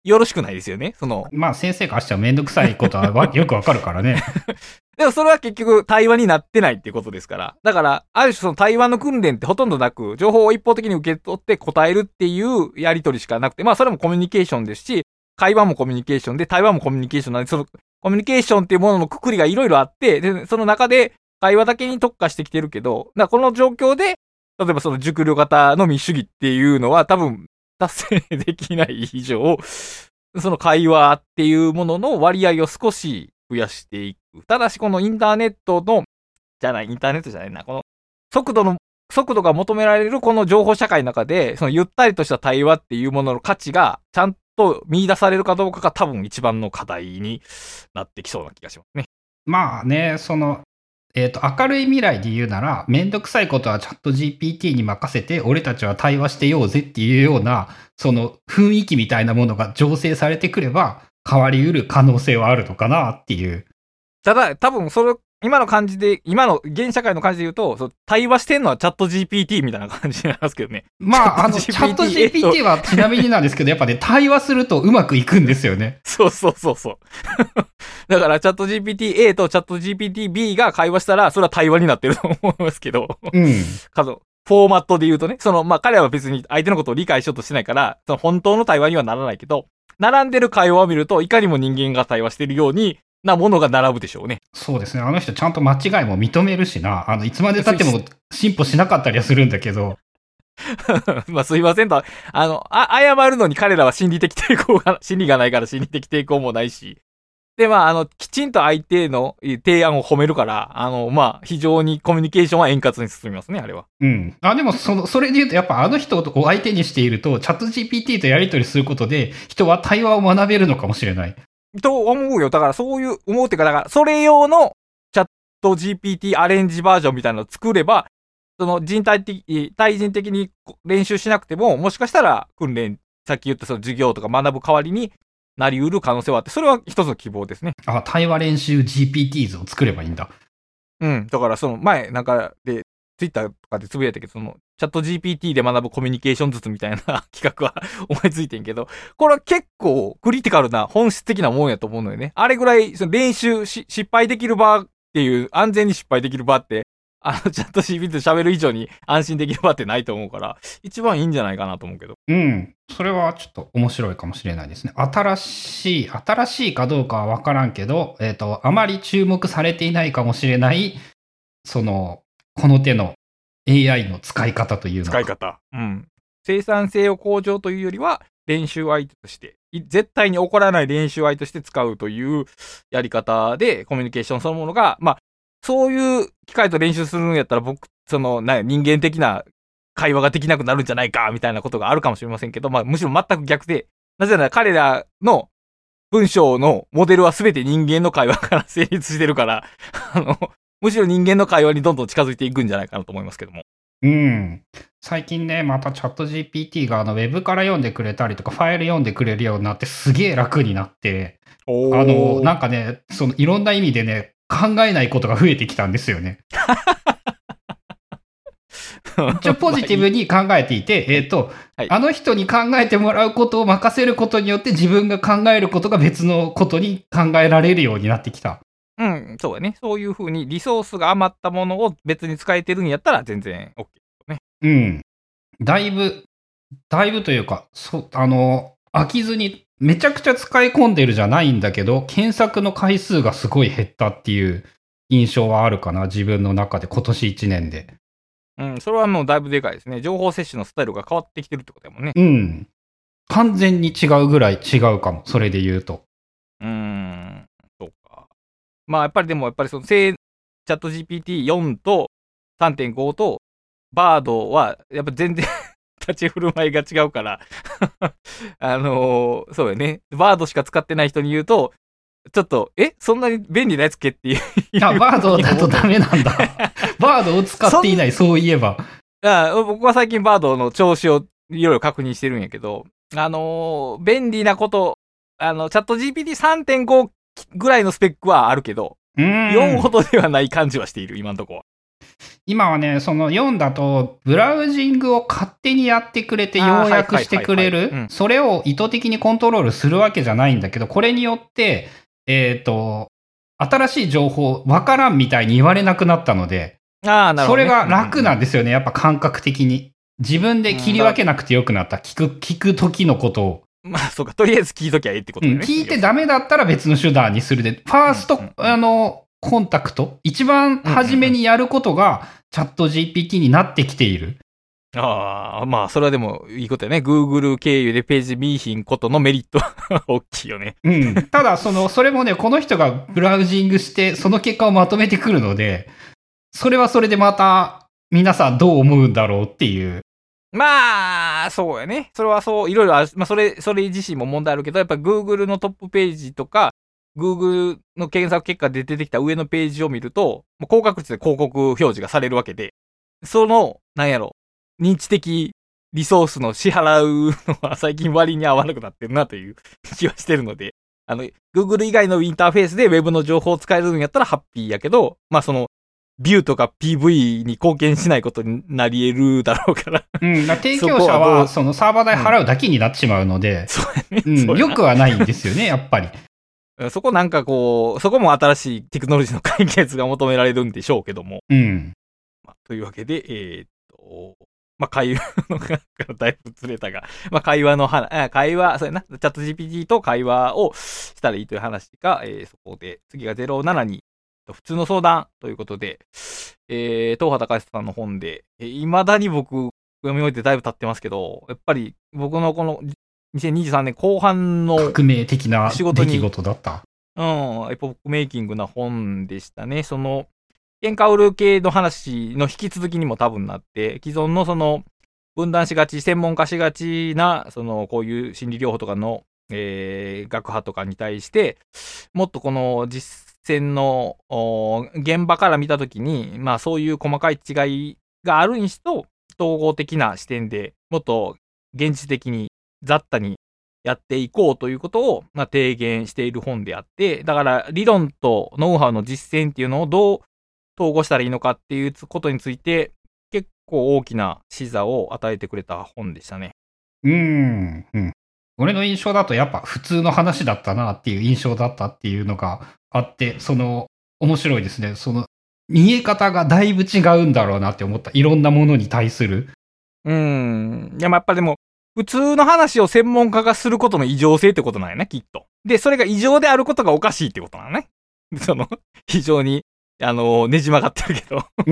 よろしくないですよね。その。 まあ先生からしたらめんどくさいことはよくわかるからね。 でもそれは結局対話になってないっていうことですから。だから、ある種その対話の訓練ってほとんどなく、情報を一方的に受け取って答えるっていうやり取りしかなくて、まあそれもコミュニケーションですし、会話もコミュニケーションで、対話もコミュニケーションなんで、そのコミュニケーションっていうものの括りがいろいろあって、で、その中で会話だけに特化してきてるけど、だからこの状況で、例えばその熟慮型の民主主義っていうのは多分達成できない以上、その会話っていうものの割合を少し増やしていく。ただしこのインターネットの、じゃない、インターネットじゃないな、この速度の、速度が求められるこの情報社会の中で、そのゆったりとした対話っていうものの価値がちゃんと見出されるかどうかが多分一番の課題になってきそうな気がしますね。 まあね、その、えっと、明るい未来で言うなら、めんどくさいことはチャット ジーピーティー に任せて、俺たちは対話してようぜっていうような、その雰囲気みたいなものが醸成されてくれば、変わりうる可能性はあるのかなっていう。 ただ、多分それ、今の感じで、今の現社会の感じで言うと、そ対話してんのはチャット ジーピーティー みたいな感じになりますけどね。 まあ、あの、チャット ジーピーティー はちなみになんですけど、やっぱね、対話するとうまくいくんですよね。 そうそうそうそう。だから、チャット ジーピーティーエー とチャット ジーピーティービー が会話したら、それは対話になってると思いますけど。 うん。 かのフォーマットで言うとね、その、まあ、彼らは別に相手のことを理解しようとしてないから、その本当の対話にはならないけど、並んでる会話を見ると、いかにも人間が対話してるように、なものが並ぶでしょうね。 そうですね。あの人ちゃんと間違いも認めるしな。あの、いつまで経っても進歩しなかったりはするんだけど。 まあすいませんと、あの、あ、謝るのに彼らは心理的抵抗が、心理がないから心理的抵抗もないし。で、まあ、あの、きちんと相手の提案を褒めるから、あの、まあ、非常にコミュニケーションは円滑に進みますね、あれは。 うん。あ、でも、その、それで言うと、やっぱあの人を相手にしていると、チャット ジーピーティー とやり取りすることで、人は対話を学べるのかもしれない。 と思うよ。だからそういう、思うっていうか、だからそれ用のチャット ジーピーティー アレンジバージョンみたいなのを作れば、その人体的、対人的に練習しなくても、もしかしたら訓練、さっき言ったその授業とか学ぶ代わりになり得る可能性はあって、それは一つの希望ですね。 あ、対話練習 ジーピーティー 図を作ればいいんだ。 うん。だからその前なんかで、ツイッターとかでつぶやいたけど、その、チャット ジーピーティー で学ぶコミュニケーション術みたいな企画は思いついてんけど、これは結構クリティカルな本質的なもんやと思うのよね。あれぐらいその練習し、失敗できる場っていう、安全に失敗できる場って、あのチャット ジーピーティー で喋る以上に安心できる場ってないと思うから、一番いいんじゃないかなと思うけど。 うん。それはちょっと面白いかもしれないですね。新しい、新しいかどうかはわからんけど、えっと、あまり注目されていないかもしれない、その、この手のエーアイ の使い方というの使い方。うん。生産性を向上というよりは、練習相手として、絶対に起こらない練習相手として使うというやり方で、コミュニケーションそのものが、まあ、そういう機会と練習するんやったら、僕、その、な人間的な会話ができなくなるんじゃないか、みたいなことがあるかもしれませんけど、まあ、むしろ全く逆で、なぜなら彼らの文章のモデルは全て人間の会話から成立してるから、あの、むしろ人間の会話にどんどん近づいていくんじゃないかなと思いますけども。 うん。最近ね、またチャット ジーピーティー があのウェブから読んでくれたりとか、ファイル読んでくれるようになってすげえ楽になって、あの、なんかね、そのいろんな意味でね、考えないことが増えてきたんですよね。一応ポジティブに考えていて、えっと、はい、あの人に考えてもらうことを任せることによって自分が考えることが別のことに考えられるようになってきた。 うん、そうだね。そういう風にリソースが余ったものを別に使えてるんやったら全然 OK ね。 うん。だいぶ、だいぶというか、そ、あの、飽きずにめちゃくちゃ使い込んでるじゃないんだけど、検索の回数がすごい減ったっていう印象はあるかな、自分の中で今年いちねんで。 うん、それはもうだいぶでかいですね。情報摂取のスタイルが変わってきてるってことだもんね。 うん。完全に違うぐらい違うかも、それで言うと。 うーん、そうか。まあやっぱりでもやっぱりその、チャット ジーピーティーよん と さんてんご とバードはやっぱ全然立ち振る舞いが違うからあのー、そうよね。バードしか使ってない人に言うと、ちょっと、えそんなに便利なやつっけっていう。 あ、バードだとダメなんだ。バードを使っていない、そういえば。 あ僕は最近バードの調子をいろいろ確認してるんやけど、あのー、便利なこと、あの、チャット ジーピーティーさんてんご ぐらいのスペックはあるけど、よんほどではない感じはしている、今のところは。 今はね、そのよんだと、ブラウジングを勝手にやってくれて要約してくれる、それを意図的にコントロールするわけじゃないんだけど、これによって、えっと、新しい情報わからんみたいに言われなくなったので、 ああ、なるほど、ね。 それが楽なんですよね、やっぱ感覚的に。自分で切り分けなくてよくなった。聞く、聞く時のことを。 まあ、そうか。とりあえず聞いときゃいいってことだね。 うん、聞いてダメだったら別の手段にするで、ファースト、うんうんうん、あの、コンタクト、一番初めにやることが、チャット ジーピーティー になってきている。 ああ、まあ、それはでもいいことやね。Google 経由でページ見いひんことのメリット、大きいよね。 うん。ただ、その、それもね、この人がブラウジングして、その結果をまとめてくるので、それはそれでまた、皆さんどう思うんだろうっていう。 まあ、そうやね。それはそう、いろいろある。まあ、それ、それ自身も問題あるけど、やっぱ Google のトップページとか、Google の検索結果で出てきた上のページを見ると、もう高確率で広告表示がされるわけで、その、なんやろ、認知的リソースの支払うのは最近割に合わなくなってるなという気はしてるので、あの、Google 以外のインターフェースで Web の情報を使えるんやったらハッピーやけど、まあその、ビューとか ピーブイ に貢献しないことになり得るだろうから。 うん、提供者はそのサーバー代払うだけになってしまうので、 そうやね。 うん、よくはないんですよね、やっぱり。 そこなんかこう、そこも新しいテクノロジーの解決が求められるんでしょうけども。 うん。 まあ、というわけで、えー、っと、まあ、会話のがだいぶずれたが、まあ、会話の話、会話、そうやな、チャット ジーピーティー と会話をしたらいいという話が、えー、そこで、次がゼロななに、普通の相談ということで、えー、東畑隆さんの本で、えー、未だに僕、読み終えてだいぶ経ってますけど、やっぱり僕のこのにせんにじゅうさんねん後半の革命的な出来事だった。 うん、エポックメイキングな本でしたね。その、喧嘩売る系の話の引き続きにも多分なって、既存のその、分断しがち、専門化しがちな、その、こういう心理療法とかの、えー、学派とかに対して、もっとこの実践の現場から見たときに、まあそういう細かい違いがあるにしと、統合的な視点でもっと現実的に雑多にやっていこうということを、まあ、提言している本であって、だから理論とノウハウの実践っていうのをどう統合したらいいのかっていうことについて、結構大きな視座を与えてくれた本でしたね。 うーん、うん。俺の印象だとやっぱ普通の話だったなっていう印象だったっていうのがあって、その面白いですね。その見え方がだいぶ違うんだろうなって思った。いろんなものに対する。 うーん。いや、まあ、やっぱでも、普通の話を専門家がすることの異常性ってことなんやね、きっと。で、それが異常であることがおかしいってことなのね。その、非常に、あの、ねじ曲がってるけど。 うん。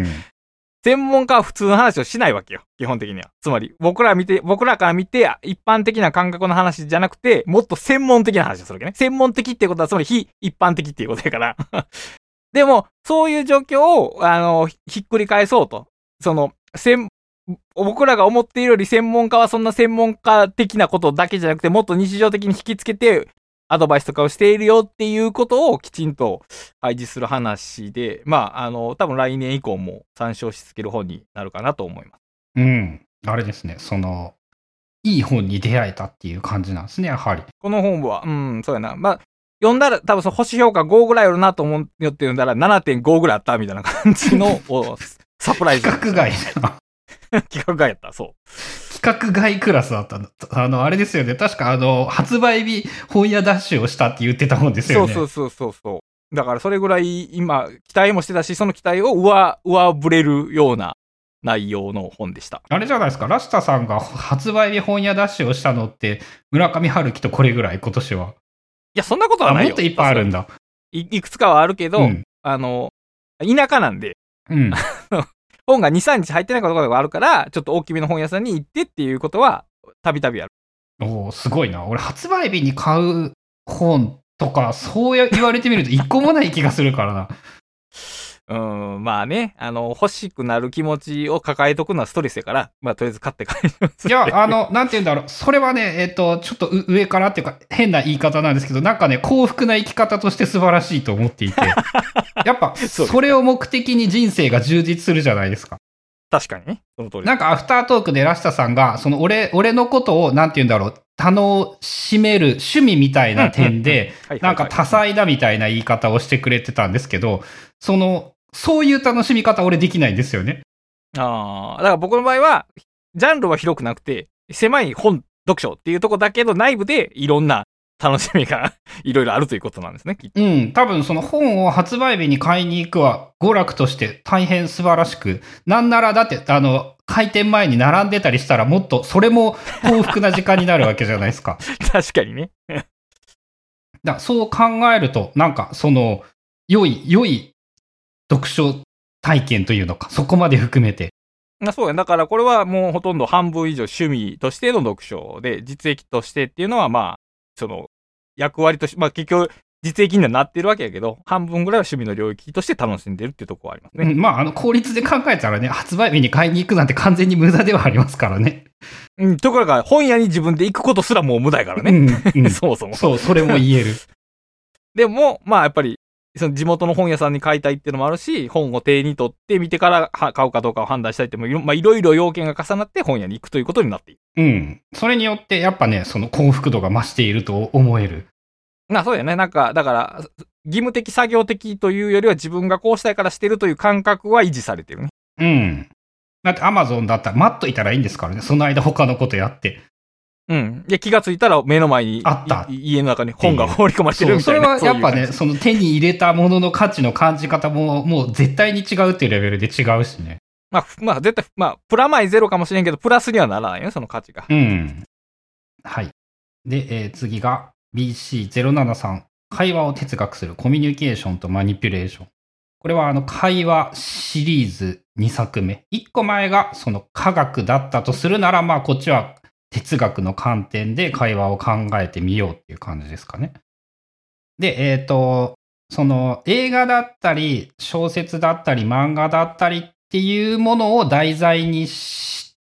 専門家は普通の話をしないわけよ。基本的には。つまり、僕ら見て、僕らから見て、一般的な感覚の話じゃなくて、もっと専門的な話をするわけね。専門的っていうことは、つまり非一般的っていうことやから。でも、そういう状況を、あの、ひっくり返そうと。その、専、僕らが思っているより専門家はそんな専門家的なことだけじゃなくて、もっと日常的に引きつけて、アドバイスとかをしているよっていうことをきちんと開示する話で、まあ、あの、多分来年以降も参照し続ける本になるかなと思います。 うん。あれですね、その、いい本に出会えたっていう感じなんですね、やはり。 この本は、うん、そうやな。まあ、読んだら多分その星評価ごぐらいあるなと思うよって読んだら ななてんご ぐらいあったみたいな感じのサプライズ。 規格外な。 規格外やった、そう。 規格外クラスだったの。あの、あれですよね。確かあの、発売日本屋ダッシュをしたって言ってた本ですよね。 そうそうそうそう。だからそれぐらい今、期待もしてたし、その期待を上、上振れるような内容の本でした。 あれじゃないですか。ラシタさんが発売日本屋ダッシュをしたのって、村上春樹とこれぐらい、今年は。 いや、そんなことはないよ。 もっといっぱいあるんだ。 い, いくつかはあるけど、うん、あの、田舎なんで、 うん。 本がに、さんにち入ってないことがあるから、ちょっと大きめの本屋さんに行ってっていうことは、たびたびある。 おー、すごいな。俺、発売日に買う本とか、そう言われてみると一個もない気がするからな。 うん、まあね、あの、欲しくなる気持ちを抱えとくのはストレスやから、まあ、とりあえず買って帰ります。 いや、あの、なんて言うんだろう。それはね、えっと、ちょっと上からっていうか、変な言い方なんですけど、なんかね、幸福な生き方として素晴らしいと思っていて。やっぱ、それを目的に人生が充実するじゃないですか。 確かにね。その通り。 なんか、アフタートークでラシタさんが、その、俺、俺のことを、なんて言うんだろう。楽しめる趣味みたいな点で、なんか多彩だみたいな言い方をしてくれてたんですけど、その、 そういう楽しみ方俺できないんですよね。 ああ、だから僕の場合は、ジャンルは広くなくて、狭い本、読書っていうとこだけど内部でいろんな楽しみがいろいろあるということなんですね、きっと。 うん、多分その本を発売日に買いに行くは娯楽として大変素晴らしく、なんならだって、あの、開店前に並んでたりしたらもっと、それも幸福な時間になるわけじゃないですか。 確かにね。 だそう考えると、なんかその、良い、良い読書体験というのか、そこまで含めて。 あそうや。だからこれはもうほとんど半分以上趣味としての読書で、実益としてっていうのはまあ、その、役割として、まあ結局、実益にはなってるわけやけど、半分ぐらいは趣味の領域として楽しんでるっていうところはありますね。 うん、まあ、あの、効率で考えたらね、発売日に買いに行くなんて完全に無駄ではありますからね。 うん、ところが本屋に自分で行くことすらもう無駄やからね。 うんうん、 そもそも。 そう、それも言える。 でも、まあやっぱり、その地元の本屋さんに買いたいっていうのもあるし、本を手に取って見てから買うかどうかを判断したいってもいろ、まあ、いろいろ要件が重なって本屋に行くということになっている。 うん。それによってやっぱね、その幸福度が増していると思える。 まあそうだよね。なんか、だから、義務的作業的というよりは自分がこうしたいからしてるという感覚は維持されてるね。 うん。だってアマゾンだったら待っといたらいいんですからね。その間他のことやって。 うん。で、気がついたら目の前にあった家の中に本が放り込まれてるみたいな。 そう、それはやっぱね、その手に入れたものの価値の感じ方ももう絶対に違うっていうレベルで違うしね。 まあ、まあ絶対、まあ、プラマイゼロかもしれんけど、プラスにはならないよね、その価値が。 うん。はい。で、えー、次が ビーシーゼロななさん。会話を哲学するコミュニケーションとマニピュレーション。これはあの会話シリーズにさくめ。いっこまえがその科学だったとするなら、まあこっちは哲学の観点で会話を考えてみようっていう感じですかね。で、えっと、その映画だったり小説だったり漫画だったりっていうものを題材にして、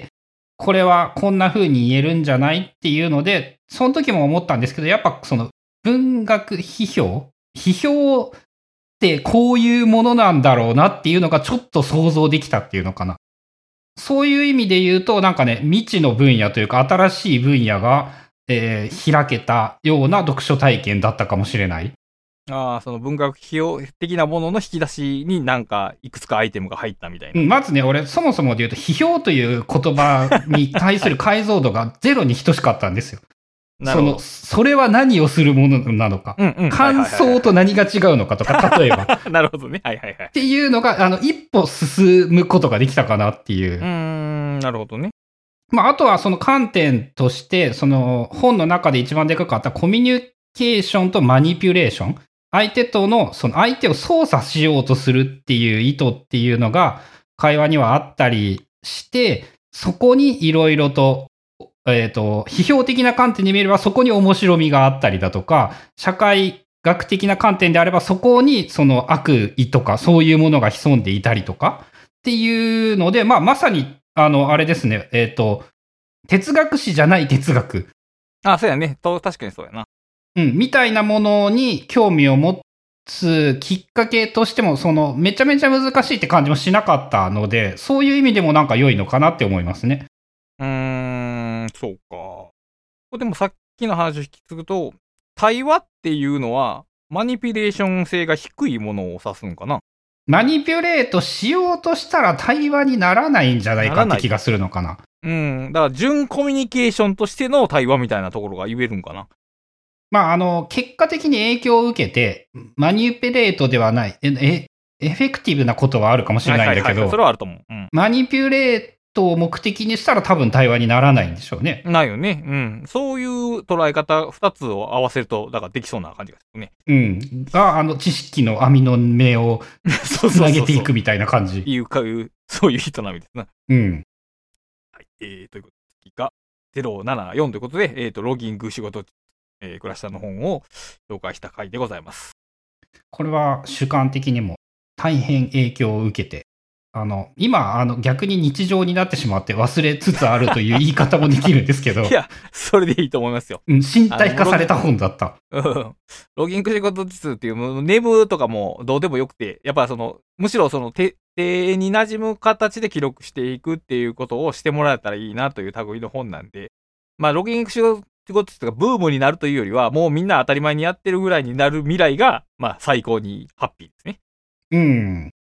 これはこんな風に言えるんじゃないっていうので、その時も思ったんですけど、やっぱその文学批評批評ってこういうものなんだろうなっていうのがちょっと想像できたっていうのかな。そういう意味で言うと、なんかね、未知の分野というか新しい分野が、えー、開けたような読書体験だったかもしれない。 ああ、その文学批評的なものの引き出しになんかいくつかアイテムが入ったみたいな。 うん、まずね、俺そもそもで言うと批評という言葉に対する解像度がゼロに等しかったんですよ。その、それは何をするものなのか。うんうん、感想と何が違うのかとか、例えば。 なるほどね。はいはいはい。 っていうのが、あの、一歩進むことができたかなっていう。 うーん、なるほどね。 まあ、あとはその観点として、その本の中で一番でかかったコミュニケーションとマニピュレーション。相手との、その相手を操作しようとするっていう意図っていうのが会話にはあったりして、そこにいろいろと、えっと、批評的な観点で見ればそこに面白みがあったりだとか、社会学的な観点であればそこにその悪意とかそういうものが潜んでいたりとかっていうので、まあまさに、あの、あれですね、えっと、哲学史じゃない哲学。 あ、そうやね。と、確かにそうやな。 うん、みたいなものに興味を持つきっかけとしても、その、めちゃめちゃ難しいって感じもしなかったので、そういう意味でもなんか良いのかなって思いますね。 うーん、そうか。でもさっきの話を引き継ぐと、対話っていうのは、マニピュレーション性が低いものを指すんかな。 マニピュレートしようとしたら対話にならないんじゃないかって気がするのかな。 うん。だから、純コミュニケーションとしての対話みたいなところが言えるんかな。 まあ、あの、結果的に影響を受けて、マニピュレートではない、え、エフェクティブなことはあるかもしれないんだけど、 それはあると思う。うん、 マニピュレートを目的にしたら多分対話にならないんでしょうね。 ないよね。うん。そういう捉え方、二つを合わせると、だからできそうな感じがするね。 うん。が、あの、知識の網の目をつなげていくみたいな感じ。 いうか、そういう人並みですな。 うん。 はい。えー、ということで、次がゼロななよんということで、えっ、ー、と、ロギング仕事、えー、クラシタの本を紹介した回でございます。 これは主観的にも大変影響を受けて、あの、今、あの、逆に日常になってしまって忘れつつあるという言い方もできるんですけど。 いや、それでいいと思いますよ。 うん、身体化された本だった。 うん。ロギング仕事術っていう、ネブとかもどうでもよくて、やっぱその、むしろその手、手に馴染む形で記録していくっていうことをしてもらえたらいいなという類の本なんで、まあ、ロギング仕事仕事術がブームになるというよりは、もうみんな当たり前にやってるぐらいになる未来が、まあ、最高にハッピーですね。 うん。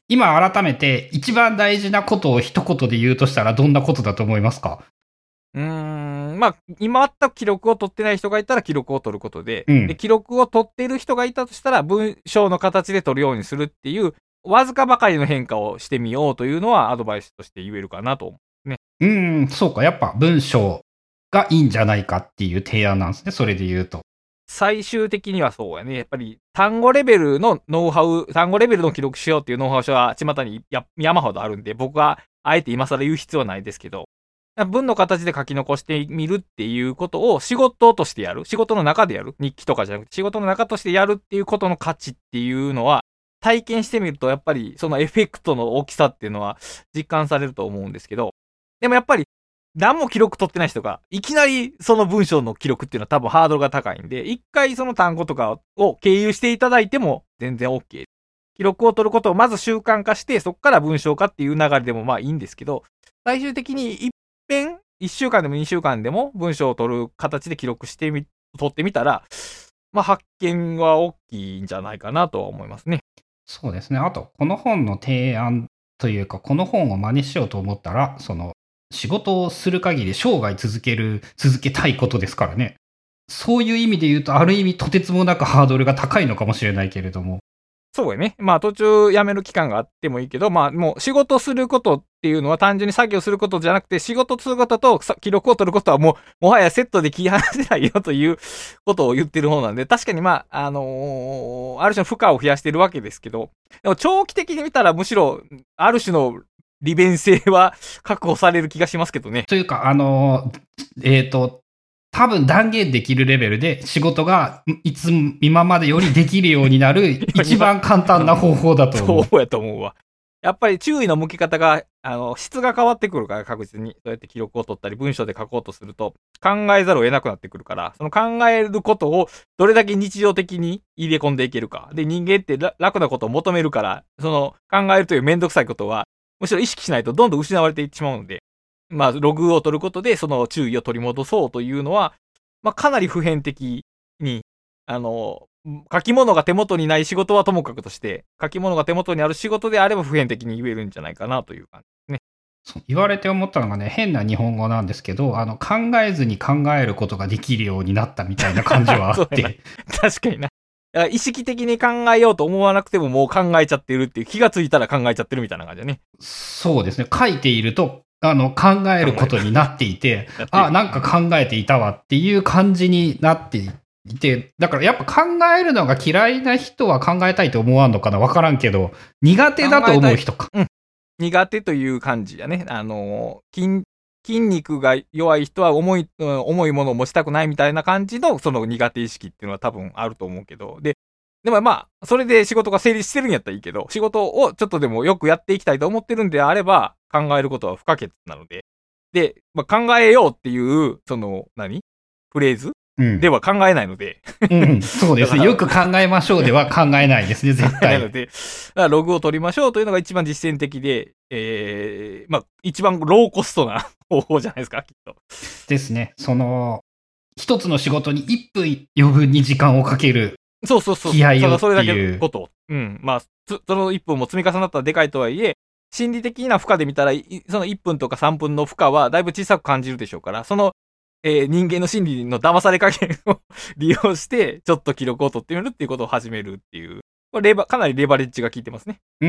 今改めて一番大事なことを一言で言うとしたらどんなことだと思いますか？ うーん、まあ、今全く記録を取ってない人がいたら記録を取ることで、 うんで、記録を取っている人がいたとしたら文章の形で取るようにするっていう、わずかばかりの変化をしてみようというのはアドバイスとして言えるかなと思うね。 うーん、そうか。やっぱ文章がいいんじゃないかっていう提案なんですね。それで言うと。 最終的にはそうやね。やっぱり単語レベルのノウハウ、単語レベルの記録しようっていうノウハウ書は巷にや山ほどあるんで、僕はあえて今更言う必要はないですけど、文の形で書き残してみるっていうことを仕事としてやる。仕事の中でやる。日記とかじゃなくて仕事の中としてやるっていうことの価値っていうのは、体験してみるとやっぱりそのエフェクトの大きさっていうのは実感されると思うんですけど、でもやっぱり何も記録取ってない人がいきなりその文章の記録っていうのは多分ハードルが高いんで、一回その単語とかを経由していただいても全然 OK。記録を取ることをまず習慣化して、そこから文章化っていう流れでもまあいいんですけど、最終的に一遍、いっしゅうかんでもにしゅうかんでも文章を取る形で記録してみ、取ってみたら、まあ発見は大きいんじゃないかなとは思いますね。 そうですね。あと、この本の提案というか、この本を真似しようと思ったら、その、仕事をする限り生涯続ける、続けたいことですからね。そういう意味で言うと、ある意味とてつもなくハードルが高いのかもしれないけれども。 そうやね。まあ途中辞める期間があってもいいけど、まあもう仕事することっていうのは単純に作業することじゃなくて、仕事することと記録を取ることはもう、もはやセットで切り離せないよということを言ってる方なんで、確かにまあ、あのー、ある種の負荷を増やしてるわけですけど、でも長期的に見たらむしろ、ある種の利便性は確保される気がしますけどね。 というか、あの、えっと、多分断言できるレベルで仕事がいつ今までよりできるようになる一番簡単な方法だと思う。 そうやと思うわ。やっぱり注意の向き方が、あの、質が変わってくるから確実に。そうやって記録を取ったり文章で書こうとすると考えざるを得なくなってくるから、その考えることをどれだけ日常的に入れ込んでいけるか。で、人間って楽なことを求めるから、その考えるというめんどくさいことは、むしろ意識しないとどんどん失われていってしまうので、まあ、ログを取ることでその注意を取り戻そうというのは、まあ、かなり普遍的に、あの、書き物が手元にない仕事はともかくとして、書き物が手元にある仕事であれば普遍的に言えるんじゃないかなという感じですね。 そう言われて思ったのがね、変な日本語なんですけど、あの考えずに考えることができるようになったみたいな感じはあって。 確かにな。意識的に考えようと思わなくてももう考えちゃってるっていう、気がついたら考えちゃってるみたいな感じだね。 そうですね。書いていると、あの考えることになっていて、あ、なんか考えていたわっていう感じになっていて、だからやっぱ考えるのが嫌いな人は考えたいと思わんのかな、わからんけど、苦手だと思う人か。 うん。苦手という感じやね。あの、筋、筋肉が弱い人は重い、重いものを持ちたくないみたいな感じの、その苦手意識っていうのは多分あると思うけど、で、でもまあ、それで仕事が成立してるんやったらいいけど、仕事をちょっとでもよくやっていきたいと思ってるんであれば、考えることは不可欠なので、で、まあ、考えようっていう、その、何フレーズ、うん、では考えないので。 うん、そうです。よく考えましょうでは考えないですね、絶対。 なので、ログを取りましょうというのが一番実践的で、えー、まあ、一番ローコストな方法じゃないですか、きっと。 ですね。その、一つの仕事にいっぷん余分に時間をかける。 そうそうそう。 気合をっていう。 それだけこと。うん。まあ、そのいっぷんも積み重なったらでかいとはいえ、心理的な負荷で見たら、そのいっぷんとかさんぷんの負荷はだいぶ小さく感じるでしょうから、その、えー、人間の心理の騙され加減を利用して、ちょっと記録を取ってみるっていうことを始めるっていう。これレバ、かなりレバレッジが効いてますね。 うん。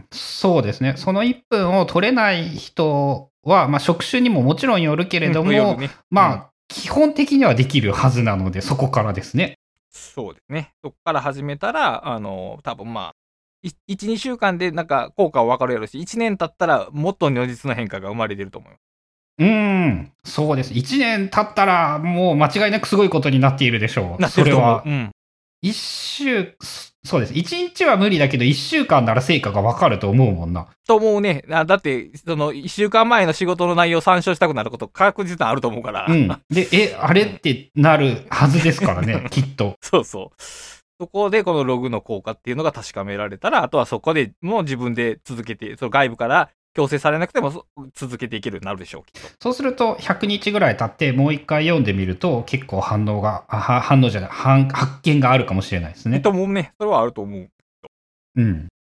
そうですね。そのいっぷんを取れない人は、まあ、職種にももちろんよるけれども、うんね、まあ、うん、基本的にはできるはずなので、そこからですね。 そうですね。そこから始めたら、あの、多分まあ、いち、にしゅうかんでなんか効果は分かるやろし、いちねん経ったらもっと如実な変化が生まれてると思います。 うーん、そうです。いちねん経ったらもう間違いなくすごいことになっているでしょう。それは。うん、いっ週、そうです。いちにちは無理だけど、いっしゅうかんなら成果が分かると思うもんな。 と思うね。だって、その、いっしゅうかんまえの仕事の内容を参照したくなること確実にあると思うから。 うん。で、え、あれってなるはずですからね、きっと。 そうそう。そこでこのログの効果っていうのが確かめられたら、あとはそこでもう自分で続けて、その外部から強制されなくても続けていけるようになるでしょう、きっと。 そうすると、ひゃくにちぐらい経ってもう一回読んでみると、結構反応が、あ反応じゃない、発見があるかもしれないですね。 と思うね。それはあると思う。 うん。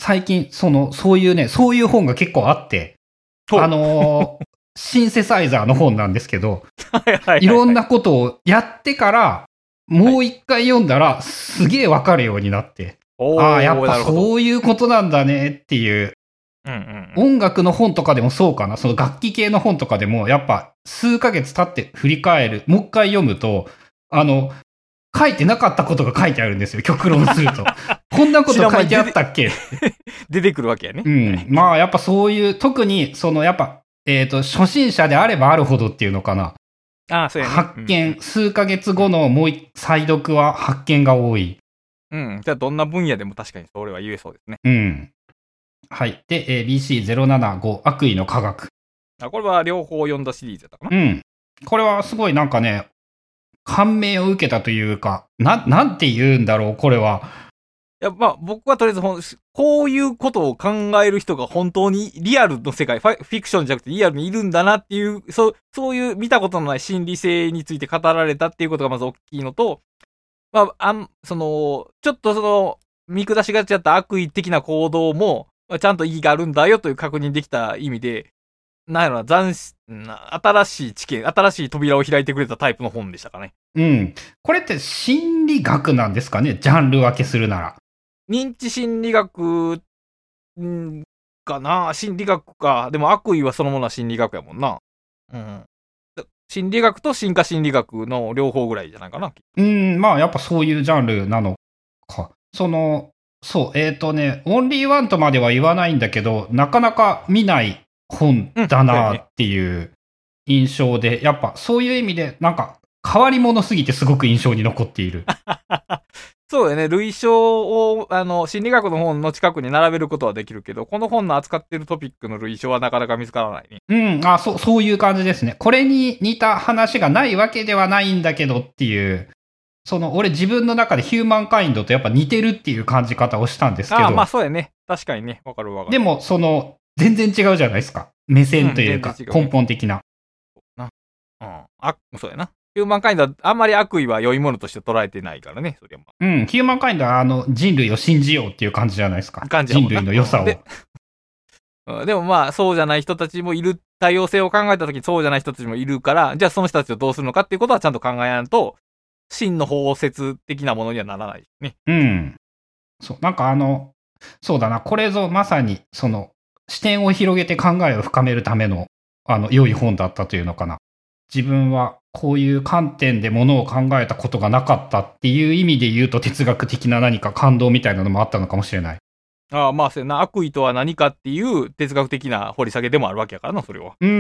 最近、その、そういうね、そういう本が結構あって、あのー、シンセサイザーの本なんですけど、 はいはいはいはい、 いろんなことをやってから、もう一回読んだら、すげえわかるようになって、 はい、 ああ、やっぱうそういうことなんだねっていう、 うんうんうん、 音楽の本とかでもそうかな、その楽器系の本とかでも、やっぱ数ヶ月経って振り返る、もう一回読むと、あの、書いてなかったことが書いてあるんですよ、極論すると。こんなこと書いてあったっけ出てくるわけやね。 うん。まあ、やっぱそういう、特に、その、やっぱ、えっと、初心者であればあるほどっていうのかな。 ああ、そうやね。 発見、 うん、 数ヶ月後のもう一再読は発見が多い。 うん。じゃあ、どんな分野でも確かにそれは言えそうですね。 うん。はい。で、えー、ビーシーゼロななご 悪意の科学。 あ、これは両方読んだシリーズだったかな。 うん。これはすごいなんかね、感銘を受けたというか、な、なんて言うんだろう、これは。 いや、まあ、僕はとりあえずほん、こういうことを考える人が本当にリアルの世界、ファ、フィクションじゃなくてリアルにいるんだなっていう、そう、そういう見たことのない心理性について語られたっていうことがまず大きいのと、まあ、あん、その、ちょっとその、見下しがちだった悪意的な行動も、ちゃんと意義があるんだよという確認できた意味で、なんやろな、斬新な、新しい知見、新しい扉を開いてくれたタイプの本でしたかね。 うん。これって心理学なんですかね、ジャンル分けするなら。 認知心理学、んかな、心理学か。でも悪意はそのものは心理学やもんな。うん。心理学と進化心理学の両方ぐらいじゃないかな。 うん、まあやっぱそういうジャンルなのか。その、そう、えっ、ー、とね、オンリーワンとまでは言わないんだけど、なかなか見ない本だなっていう印象で、うん、やっぱそういう意味で、なんか変わり者すぎてすごく印象に残っている。 そうだよね。類書を、あの、心理学の本の近くに並べることはできるけど、この本の扱ってるトピックの類書はなかなか見つからないね。 うん、あ、そう、そういう感じですね。これに似た話がないわけではないんだけどっていう、その、俺自分の中でヒューマンカインドとやっぱ似てるっていう感じ方をしたんですけど。 ああ、まあそうやね。確かにね。わかるわかる。 でも、その、全然違うじゃないですか。目線というか、うん、根本的な。 な。うん。あ、そうやな。ヒューマンカインドはあんまり悪意は良いものとして捉えてないからね、それは。 うん、ヒューマンカインドはあの人類を信じようっていう感じじゃないですか。感じ人類の良さを。 で, でもまあ、そうじゃない人たちもいる、多様性を考えたときにそうじゃない人たちもいるから、じゃあその人たちをどうするのかっていうことはちゃんと考えないと、真の包摂的なものにはならないね。 うん。そう、なんかあの、そうだな、これぞまさに、その、視点を広げて考えを深めるための、あの、良い本だったというのかな。自分はこういう観点でものを考えたことがなかったっていう意味で言うと哲学的な何か感動みたいなのもあったのかもしれない。 ああ、まあそうやな。悪意とは何かっていう哲学的な掘り下げでもあるわけやからな、それは。 うん。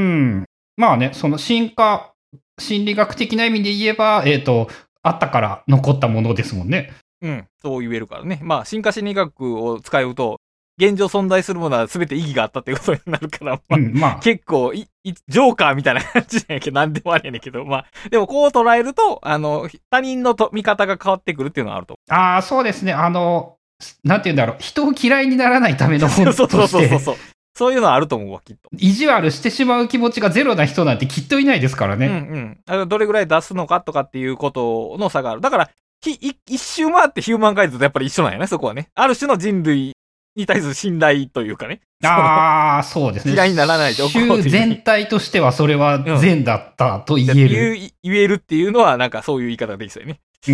まあね、その進化、心理学的な意味で言えば、えっと、あったから残ったものですもんね。 うん、そう言えるからね。まあ、進化心理学を使うと、現状存在するものは全て意義があったっていうことになるから、まあ、うんまあ、結構いい、ジョーカーみたいな感じなんやけど、なんでもありやねんけど、まあ、でもこう捉えると、あの、他人のと見方が変わってくるっていうのはあると。 ああ、そうですね。あの、なんて言うんだろう。人を嫌いにならないための本として。 そうそうそうそう。そういうのはあると思うわ、きっと。 意地悪してしまう気持ちがゼロな人なんてきっといないですからね。 うんうん。あのどれぐらい出すのかとかっていうことの差がある。だから、一周回ってヒューマンカインドとやっぱり一緒なんやね、そこはね。ある種の人類に対する信頼というかね。 ああ、そうですね。 嫌いにならないでおこうという。州全体としてはそれは善だったと言える。 うん、言, 言えるっていうのは、なんかそういう言い方ができそうよね。 うん。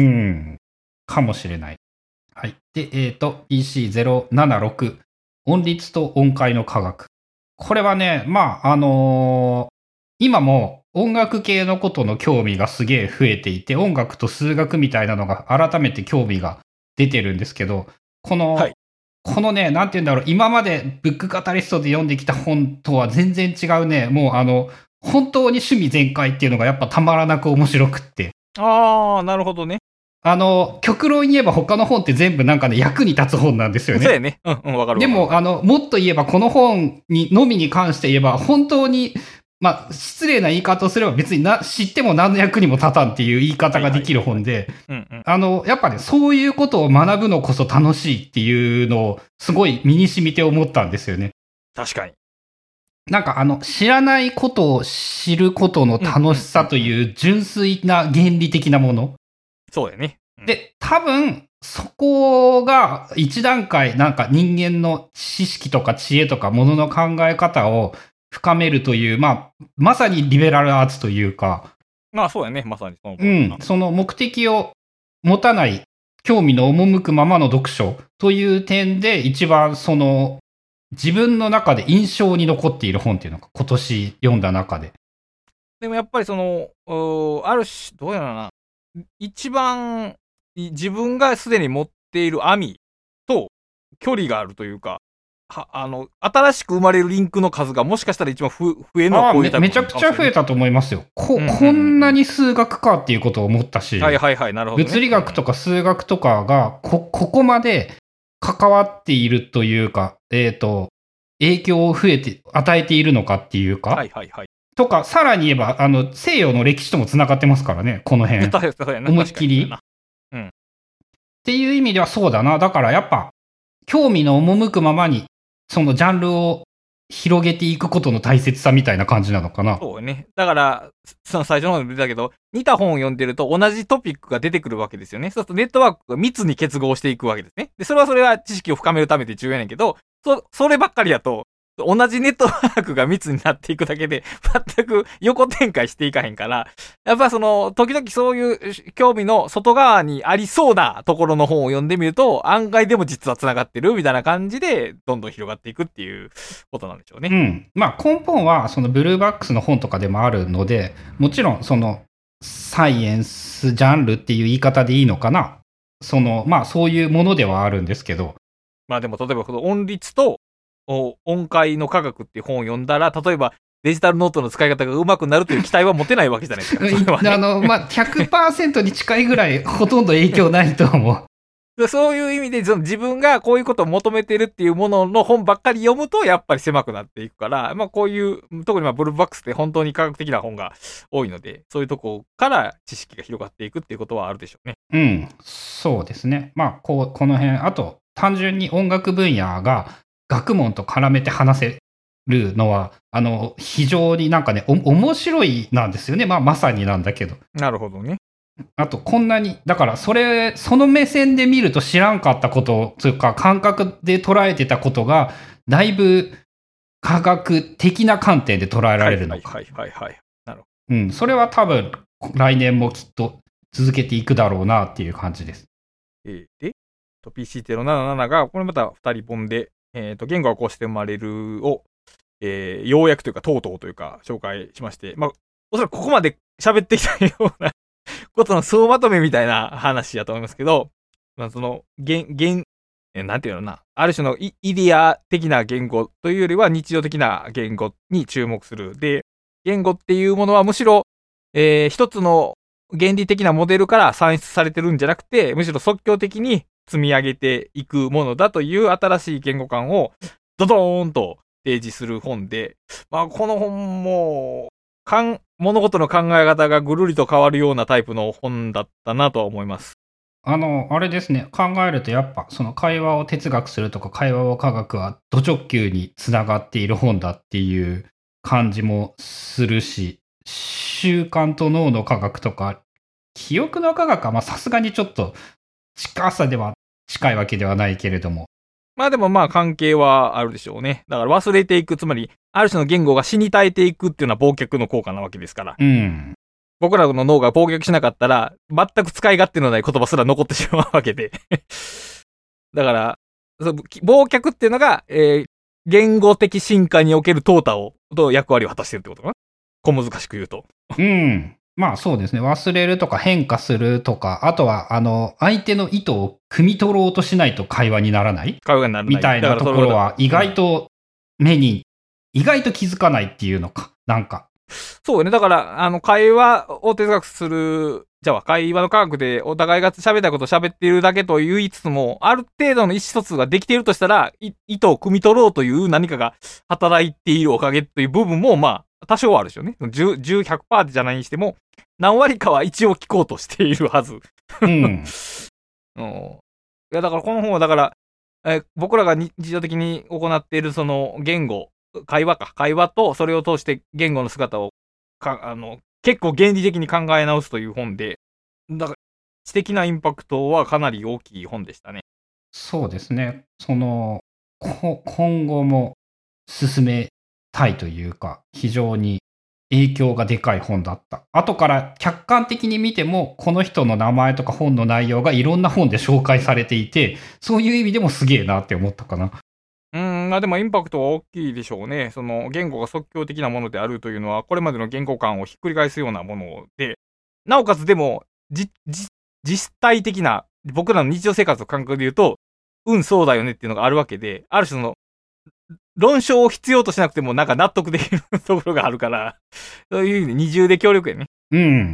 かもしれない。はい。で、えっ、ー、と、ビーシーゼロななろく、音律と音階の科学。これはね、まあ、あのー、今も音楽系のことの興味がすげえ増えていて、音楽と数学みたいなのが改めて興味が出てるんですけど、この、はい、このね、なんて言うんだろう、今までブックカタリストで読んできた本とは全然違うね、もうあの、本当に趣味全開っていうのがやっぱたまらなく面白くって。 あー、なるほどね。 あの、極論言えば他の本って全部なんかね、役に立つ本なんですよね。 そうやね。うん、うん、わかる。 でも、あの、もっと言えばこの本に、のみに関して言えば、本当に、まあ、失礼な言い方をすれば別にな知っても何の役にも立たんっていう言い方ができる本で、あの、やっぱね、そういうことを学ぶのこそ楽しいっていうのを、すごい身に染みて思ったんですよね。 確かに。 なんかあの、知らないことを知ることの楽しさという純粋な原理的なもの。 そうだよね。 うん、で、多分、 そこが一段階なんか人間の知識とか知恵とかものの考え方を深めるという、まあ、まさにリベラルアーツというか、 まあそうやね、まさにその、 うん、その目的を持たない興味の赴くままの読書という点で一番その自分の中で印象に残っている本っていうのが今年読んだ中で。 でもやっぱりその、ある種、どうやらな、一番自分がすでに持っている網と距離があるというか、はあの新しく生まれるリンクの数がもしかしたら一番増えるのはこういうタイプめちゃくちゃ増えたと思いますよ。こ、うんうんうん、こんなに数学かっていうことを思ったし、 はいはいはい、なるほど、ね、 物理学とか数学とかがこ、ここまで関わっているというか、えっと、影響を増えて、与えているのかっていうか、 はいはいはい。 とか、さらに言えば、あの、西洋の歴史ともつながってますからね、この辺。思いっきり。うん。っていう意味ではそうだな。だからやっぱ、興味の赴くままに、そのジャンルを広げていくことの大切さみたいな感じなのかな。 そうね。だから、その最初の方に出たけど、似た本を読んでると同じトピックが出てくるわけですよね。そうするとネットワークが密に結合していくわけですね。で、それはそれは知識を深めるためで重要やねんけど、そ、そればっかりだと、同じネットワークが密になっていくだけで、全く横展開していかへんから、やっぱその、時々そういう興味の外側にありそうなところの本を読んでみると、案外でも実は繋がってるみたいな感じで、どんどん広がっていくっていうことなんでしょうね。 うん。まあ根本は、そのブルーバックスの本とかでもあるので、もちろんその、サイエンスジャンルっていう言い方でいいのかな。その、まあそういうものではあるんですけど。 まあでも例えばこの音律と、音階の科学っていう本を読んだら、例えばデジタルノートの使い方が上手くなるという期待は持てないわけじゃないですか。 ね、あの、まあ、ひゃくパーセント に近いぐらいほとんど影響ないと思う。そういう意味で、自分がこういうことを求めてるっていうものの本ばっかり読むと、やっぱり狭くなっていくから、まあこういう、特にまあブルーバックスって本当に科学的な本が多いので、そういうとこから知識が広がっていくっていうことはあるでしょうね。 うん、そうですね。まあ、こう、この辺、あと、単純に音楽分野が、学問と絡めて話せるのは、あの、非常になんかね、お、面白いなんですよね。まあ、まさになんだけど。 なるほどね。 あと、こんなに、だから、それ、その目線で見ると知らんかったこと、というか、感覚で捉えてたことが、だいぶ、科学的な観点で捉えられるのか。 はいはいはいはい、はい。なるほど。うん、それは多分、来年もきっと続けていくだろうなっていう感じです。 えー、で、ピーシーゼロななな が、これまたふたり本で、えっ、ー、と、言語はこうして生まれるを、えー、ようやくというか、とうとうというか、紹介しまして、まあ、おそらくここまで喋ってきたようなことの総まとめみたいな話やと思いますけど、まあ、その、言、言、なんていうのな、ある種のイディア的な言語というよりは日常的な言語に注目する。で、言語っていうものはむしろ、えー、一つの原理的なモデルから算出されてるんじゃなくて、むしろ即興的に積み上げていくものだという新しい言語観をドドーンと提示する本で、まあこの本も、かん、物事の考え方がぐるりと変わるようなタイプの本だったなとは思います。 あの、あれですね、考えるとやっぱその会話を哲学するとか会話を科学はド直球につながっている本だっていう感じもするし、習慣と脳の科学とか、記憶の科学はまあさすがにちょっと近さでは近いわけではないけれども。 まあでもまあ関係はあるでしょうね。だから忘れていく、つまりある種の言語が死に絶えていくっていうのは忘却の効果なわけですから。 うん。 僕らの脳が忘却しなかったら、全く使い勝手のない言葉すら残ってしまうわけで。だから、忘却っていうのが、えー、言語的進化における淘汰を、と役割を果たしてるってことかな。小難しく言うと。 うん。まあそうですね。忘れるとか変化するとか、あとは、あの、相手の意図を汲み取ろうとしないと会話にならない。 会話にならない。 みたいなところは、意外と目に、意外と気づかないっていうのか。なんか。 そうね。だから、あの、会話を哲学する、じゃあ、会話の科学でお互いが喋ったことを喋っているだけと言いつつも、ある程度の意思疎通ができているとしたら、意図を汲み取ろうという何かが働いているおかげという部分も、まあ、多少はあるでしょうね。じゅう、じゅう、ひゃくパーセント じゃないにしても、何割かは一応聞こうとしているはず。 うん。 うん、いや、だからこの本は、だから、え僕らが日常的に行っているその言語、会話か。会話と、それを通して言語の姿をか、あの、結構原理的に考え直すという本で、だから、 知的なインパクトはかなり大きい本でしたね。 そうですね。その、こ今後も進めたいというか、非常に影響がでかい本だった。後から客観的に見ても、この人の名前とか本の内容がいろんな本で紹介されていて、そういう意味でもすげえなって思ったかな。 うーん、まあでもインパクトは大きいでしょうね。その言語が即興的なものであるというのは、これまでの言語感をひっくり返すようなもので、なおかつでも、じ、じ、実体的な、僕らの日常生活の感覚で言うと、うん、そうだよねっていうのがあるわけで、ある種の、論証を必要としなくてもなんか納得できるところがあるから、そういう意味で二重で協力やね。 うん。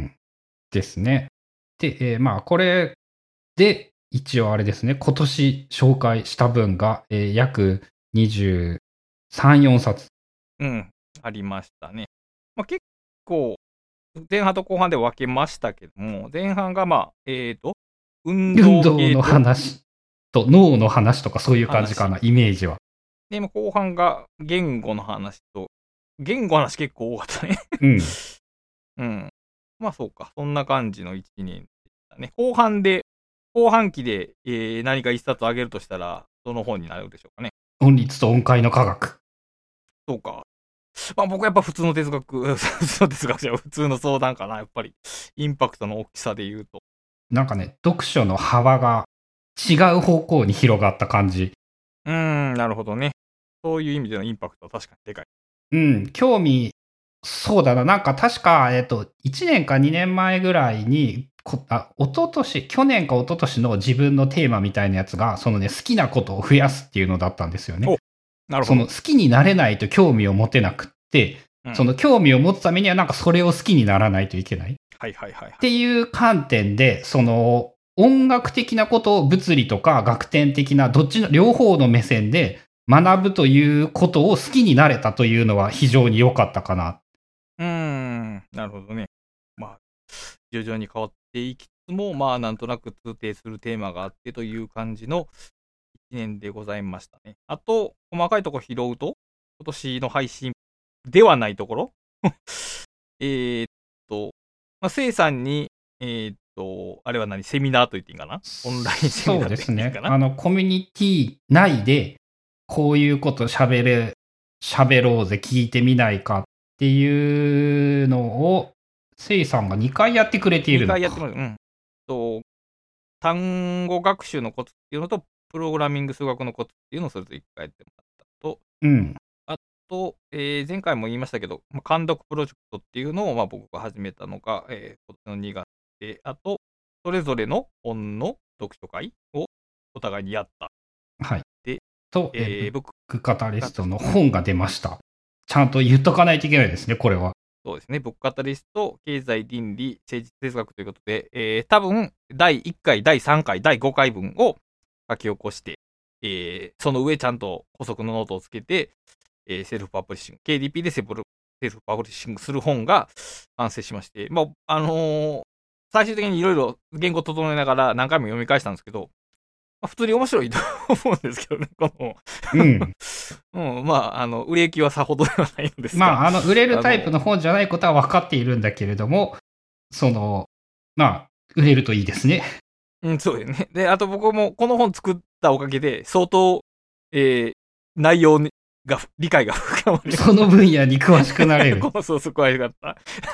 ですね。で、えーまあ、これで、一応あれですね、今年紹介した分が、えー約にじゅうさん、よんさつ。 うん、ありましたね。まあ、結構、前半と後半で分けましたけども、前半がまあ、えーと、運運動の動系と話と脳の話とかそういう感じかな、イメージは。 で、まあ後半が言語の話と、言語の話結構多かったね。 うん。 うん。まあそうか、そんな感じのいちねんでしたね。後半で、後半期で、えー何か一冊あげるとしたら、どの本になるでしょうかね。 音律と音階の科学。 そうか。まあ僕はやっぱ普通の哲学、普通の哲学じゃない普通の相談かな、やっぱり。インパクトの大きさで言うと。 なんかね、読書の幅が違う方向に広がった感じ。 うーん、なるほどね。そういう意味でのインパクトは確かにでかい。 うん、興味、そうだな、なんか確か、えっと、いちねんかにねんまえぐらいに、こあ、一昨年、去年か一昨年の自分のテーマみたいなやつが、そのね、好きなことを増やすっていうのだったんですよね。 なるほど。 その好きになれないと興味を持てなくって、 うんその興味を持つためにはなんかそれを好きにならないといけない。 はいはいはい、はい。 っていう観点で、その音楽的なことを物理とか学点的などっちの両方の目線で学ぶということを好きになれたというのは非常に良かったかな。 うーん、なるほどね。まあ、徐々に変わっていきつつも、まあ、なんとなく通底するテーマがあってという感じのいちねんでございましたね。あと、細かいところ拾うと、今年の配信ではないところえーっと、まあ、せいさんに、えーっと、あれは何、セミナーと言っていいかな、オンラインセミナーと言っていいかな。 そうですね。あの、コミュニティ内で、こういうこと喋れ、喋ろうぜ、聞いてみないかっていうのを、せいさんがにかいやってくれているのか。 にかいやってます。うん。と、単語学習のコツっていうのと、プログラミング数学のコツっていうのをそれぞれいっかいやってもらったと、 うん。 あと、えー前回も言いましたけど、まあ監読プロジェクトっていうのをまあ僕が始めたのが、えー今年のにがつで、あと、それぞれの本の読書会をお互いにやった。 はい。 で、 と、 えーえーブッ僕、 クカタリストの本が出ました。ちゃんと言っとかないといけないですね、これは。 そうですね、ブックカタリスト、経済倫理、政治哲学ということで、えー多分、だいいっかい、だいさんかい、だいごかいぶんを書き起こして、えーその上ちゃんと補足のノートをつけて、えーセルフパブリッシング、ケーディーピー でセルフセルフパブリッシングする本が完成しまして、まあ、あのー最終的にいろいろ言語を整えながら何回も読み返したんですけど、まあ、普通に面白いと思うんですけどね、この、 うん。 うん、まあ、あの、売れ行きはさほどではないのですが。 まあ、あの、売れるタイプの本じゃないことは分かっているんだけれども、その、まあ、売れるといいですね。 うん、そうよね。で、あと僕もこの本作ったおかげで、相当、えー内容が、理解が深まりました。 その分野に詳しくなれる。 そうそう、詳しかった。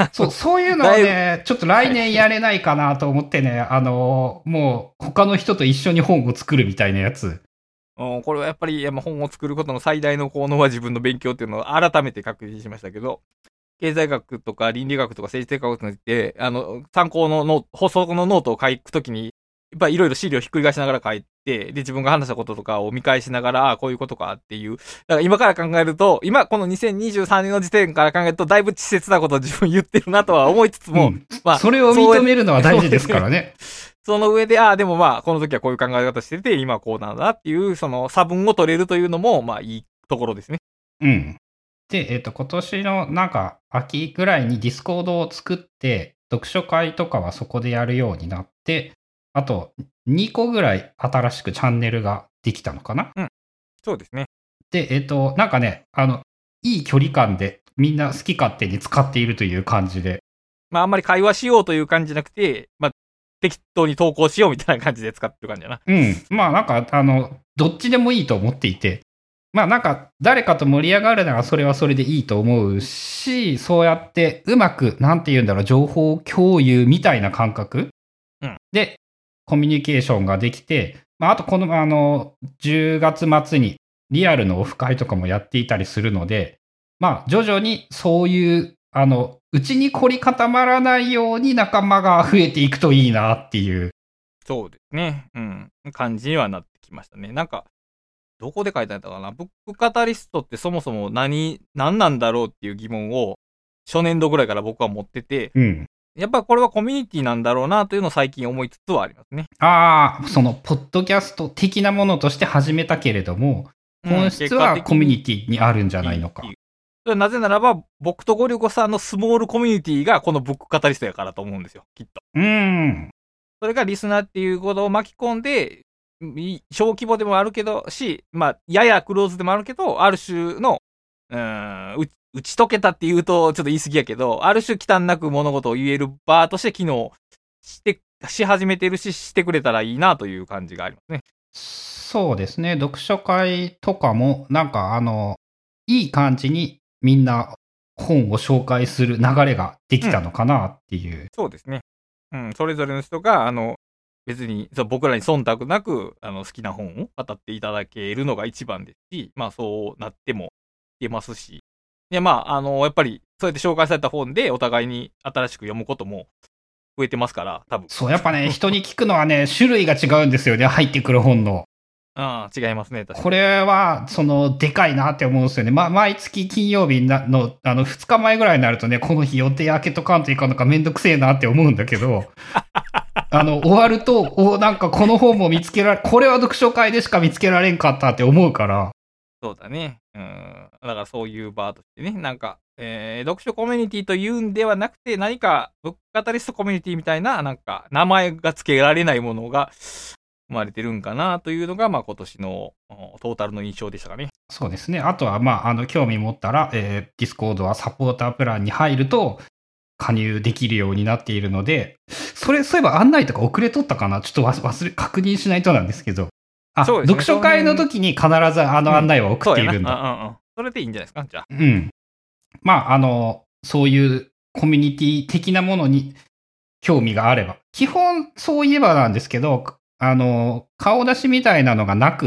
そう、そういうのをね、ちょっと来年やれないかなと思ってね、あの、もう他の人と一緒に本を作るみたいなやつ。 うんこれはやっぱり、いやまあ本を作ることの最大の効能は自分の勉強っていうのを改めて確認しましたけど、経済学とか倫理学とか政治哲学について、あの、参考のノート、補足のノートを書くときに、やっぱりいろいろ資料をひっくり返しながら書いて、で、自分が話したこととかを見返しながら、ああ、こういうことかっていう。だから今から考えると、今このにせんにじゅうさんねんの時点から考えると、だいぶ稚拙なことを自分言ってるなとは思いつつも、 うんまあ、 それを認めるのは大事ですからね。 その上で、ああ、でもまあ、この時はこういう考え方してて、今はこうなんだなっていう、その差分を取れるというのも、まあ、いいところですね。 うん。で、えっと、今年のなんか秋ぐらいにディスコードを作って、読書会とかはそこでやるようになって、あとにこぐらい新しくチャンネルができたのかな。 そうですね。 で、えっと、なんかね、あの、いい距離感でみんな好き勝手に使っているという感じで。 まあ、あんまり会話しようという感じじゃなくて、まあ、 適当に投稿しようみたいな感じで使ってる感じやな。 うん。まあなんか、あの、どっちでもいいと思っていて、まあなんか、誰かと盛り上がるならそれはそれでいいと思うし、そうやってうまく、なんて言うんだろう、情報共有みたいな感覚、 うん、 で、コミュニケーションができて、まああとこの、あの、じゅうがつ末にリアルのオフ会とかもやっていたりするので、まあ徐々にそういう、あの、うちに凝り固まらないように仲間が増えていくといいなっていう。 そうですね。うん。感じにはなってきましたね。なんか、どこで書いてあったかな。ブックカタリストってそもそも何、何なんだろうっていう疑問を初年度ぐらいから僕は持ってて、 うん。 やっぱこれはコミュニティなんだろうなというのを最近思いつつはありますね。 ああ、その、ポッドキャスト的なものとして始めたけれども、本質はコミュニティにあるんじゃないのか。 うん、なぜならば、僕とゴリゴさんのスモールコミュニティがこのブックカタリストやからと思うんですよ、きっと。 うーん。 それがリスナーっていうことを巻き込んで、小規模でもあるけどし、まあ、ややクローズでもあるけど、ある種の、うーん、う打ち解けたって言うとちょっと言い過ぎやけど、ある種忌憚なく物事を言える場として機能して、し始めてるし、してくれたらいいなという感じがありますね。 そうですね。読書会とかも、なんかあの、いい感じにみんな本を紹介する流れができたのかなっていう。うん、 そうですね。うん、それぞれの人が、あの、別にそう僕らに忖度なくあの好きな本を語っていただけるのが一番ですし、まあそうなってもいけますし、でまあ、あの、やっぱりそうやって紹介された本でお互いに新しく読むことも増えてますから、多分。 そう、やっぱね、人に聞くのはね、種類が違うんですよね、入ってくる本の。 ああ、違いますね、確かに。 これは、その、でかいなって思うんですよね。ま、毎月金曜日の、あの、ふつかまえぐらいになるとね、この日予定開けとかんといかんのかめんどくせえなって思うんだけど、あの、終わると、お、なんかこの本も見つけられ、これは読書会でしか見つけられんかったって思うから。 そうだね。うん。だからそういう場としてね、なんか、えー、読書コミュニティというんではなくて、何かブックカタリストコミュニティみたいな、なんか、名前が付けられないものが生まれてるんかなというのが、まあ今年のトータルの印象でしたかね。 そうですね。あとは、まあ、あの、興味持ったら、えー、Discord はサポータープランに入ると、加入できるようになっているので、それ、そういえば案内とか遅れとったかなちょっと忘れ、確認しないとなんですけど。あ、ね、読書会の時に必ずあの案内は送っているんだ。 うん、そうやな。うんうんうん。それでいいんじゃないですか、じゃあ。 うん。まあ、あの、そういうコミュニティ的なものに興味があれば。基本、そういえばなんですけど、あの、顔出しみたいなのがなくって、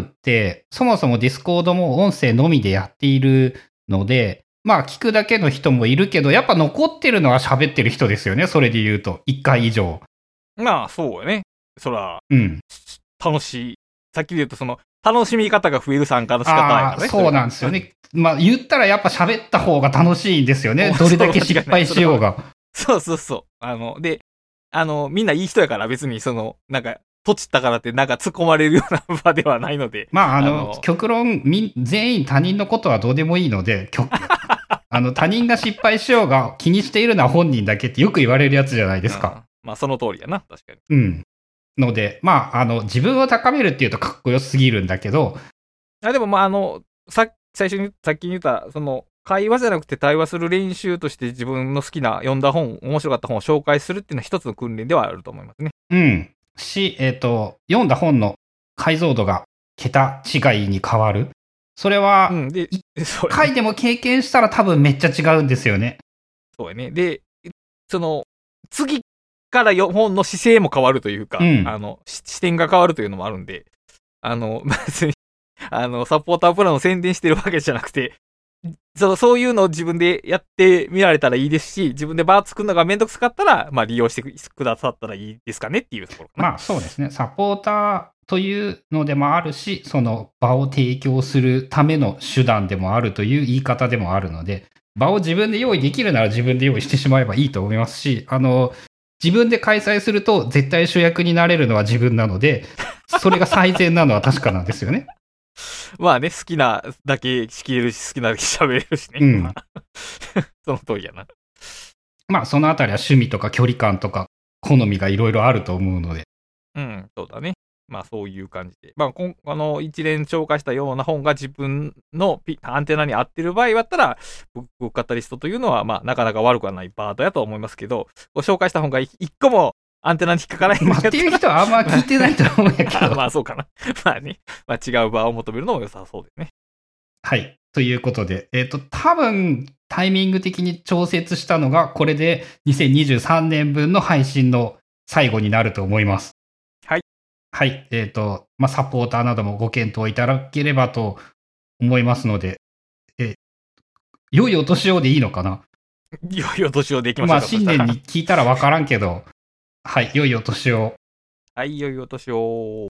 そもそもディスコードも音声のみでやっているので、まあ聞くだけの人もいるけど、やっぱ残ってるのは喋ってる人ですよね、それで言うと。いっかい以上。 まあそうよね。そら、 うん。 楽しい。さっきで言うと、その、楽しみ方が増える参加の仕方だからね。 そうなんですよね。まあ言ったらやっぱ喋った方が楽しいんですよね。どれだけ失敗しようが。 そうそうそう。あの、で、あの、みんないい人やから別にその、なんか、とちったからってなんか突っ込まれるような場ではないので。 まあ、あの、あの極論み、全員他人のことはどうでもいいので、あの、他人が失敗しようが気にしているのは本人だけってよく言われるやつじゃないですか。 うん、まあ、その通りやな、確かに。 うん。ので、まあ、あの、自分を高めるっていうとかっこよすぎるんだけど。 あでも、まあ、あの、さ、最初に、さっき言った、その、会話じゃなくて対話する練習として自分の好きな読んだ本、面白かった本を紹介するっていうのは一つの訓練ではあると思いますね。 うん。し、えっと、読んだ本の解像度が桁違いに変わる。それは、うん、で、いっかいでも経験したら多分めっちゃ違うんですよね。 そうやね。で、その、次から本の姿勢も変わるというか、うん、あの、視点が変わるというのもあるんで、あの、別に、あの、サポータープランを宣伝してるわけじゃなくて、そのそういうのを自分でやってみられたらいいですし、自分でバー作るのがめんどくさかったら、まあ利用してくださったらいいですかねっていうところかな。 まあそうですね。サポーターというのでもあるし、その場を提供するための手段でもあるという言い方でもあるので、場を自分で用意できるなら自分で用意してしまえばいいと思いますし、あの、自分で開催すると絶対主役になれるのは自分なので、それが最善なのは確かなんですよね。 まあね、好きなだけ仕切れるし、好きなだけ喋れるしね。うん、その通りやな。 まあ、そのあたりは趣味とか距離感とか、好みがいろいろあると思うので。 うん、そうだね。まあ、そういう感じで。まあ、こんあの、一連紹介したような本が自分のピアンテナに合ってる場合だったら、ブックカタリストというのは、まあ、なかなか悪くはないパートやと思いますけど、ご紹介した本が一個もアンテナに引っかからへんまあ、っていう人はあんま聞いてないと思うんやけど。 まあそうかな。まあね。まあ違う場を求めるのも良さそうですね。 はい。ということで、えっ、と、多分、タイミング的に調節したのが、これでにせんにじゅうさんねんぶんの配信の最後になると思います。 はい。 はい。えっ、と、まあ、サポーターなどもご検討いただければと思いますので、え、良いお年をでいいのかな。 良いお年をでいきましょうか。 まあ、新年に聞いたらわからんけど、はい。良いお年を。 はい、良いお年を。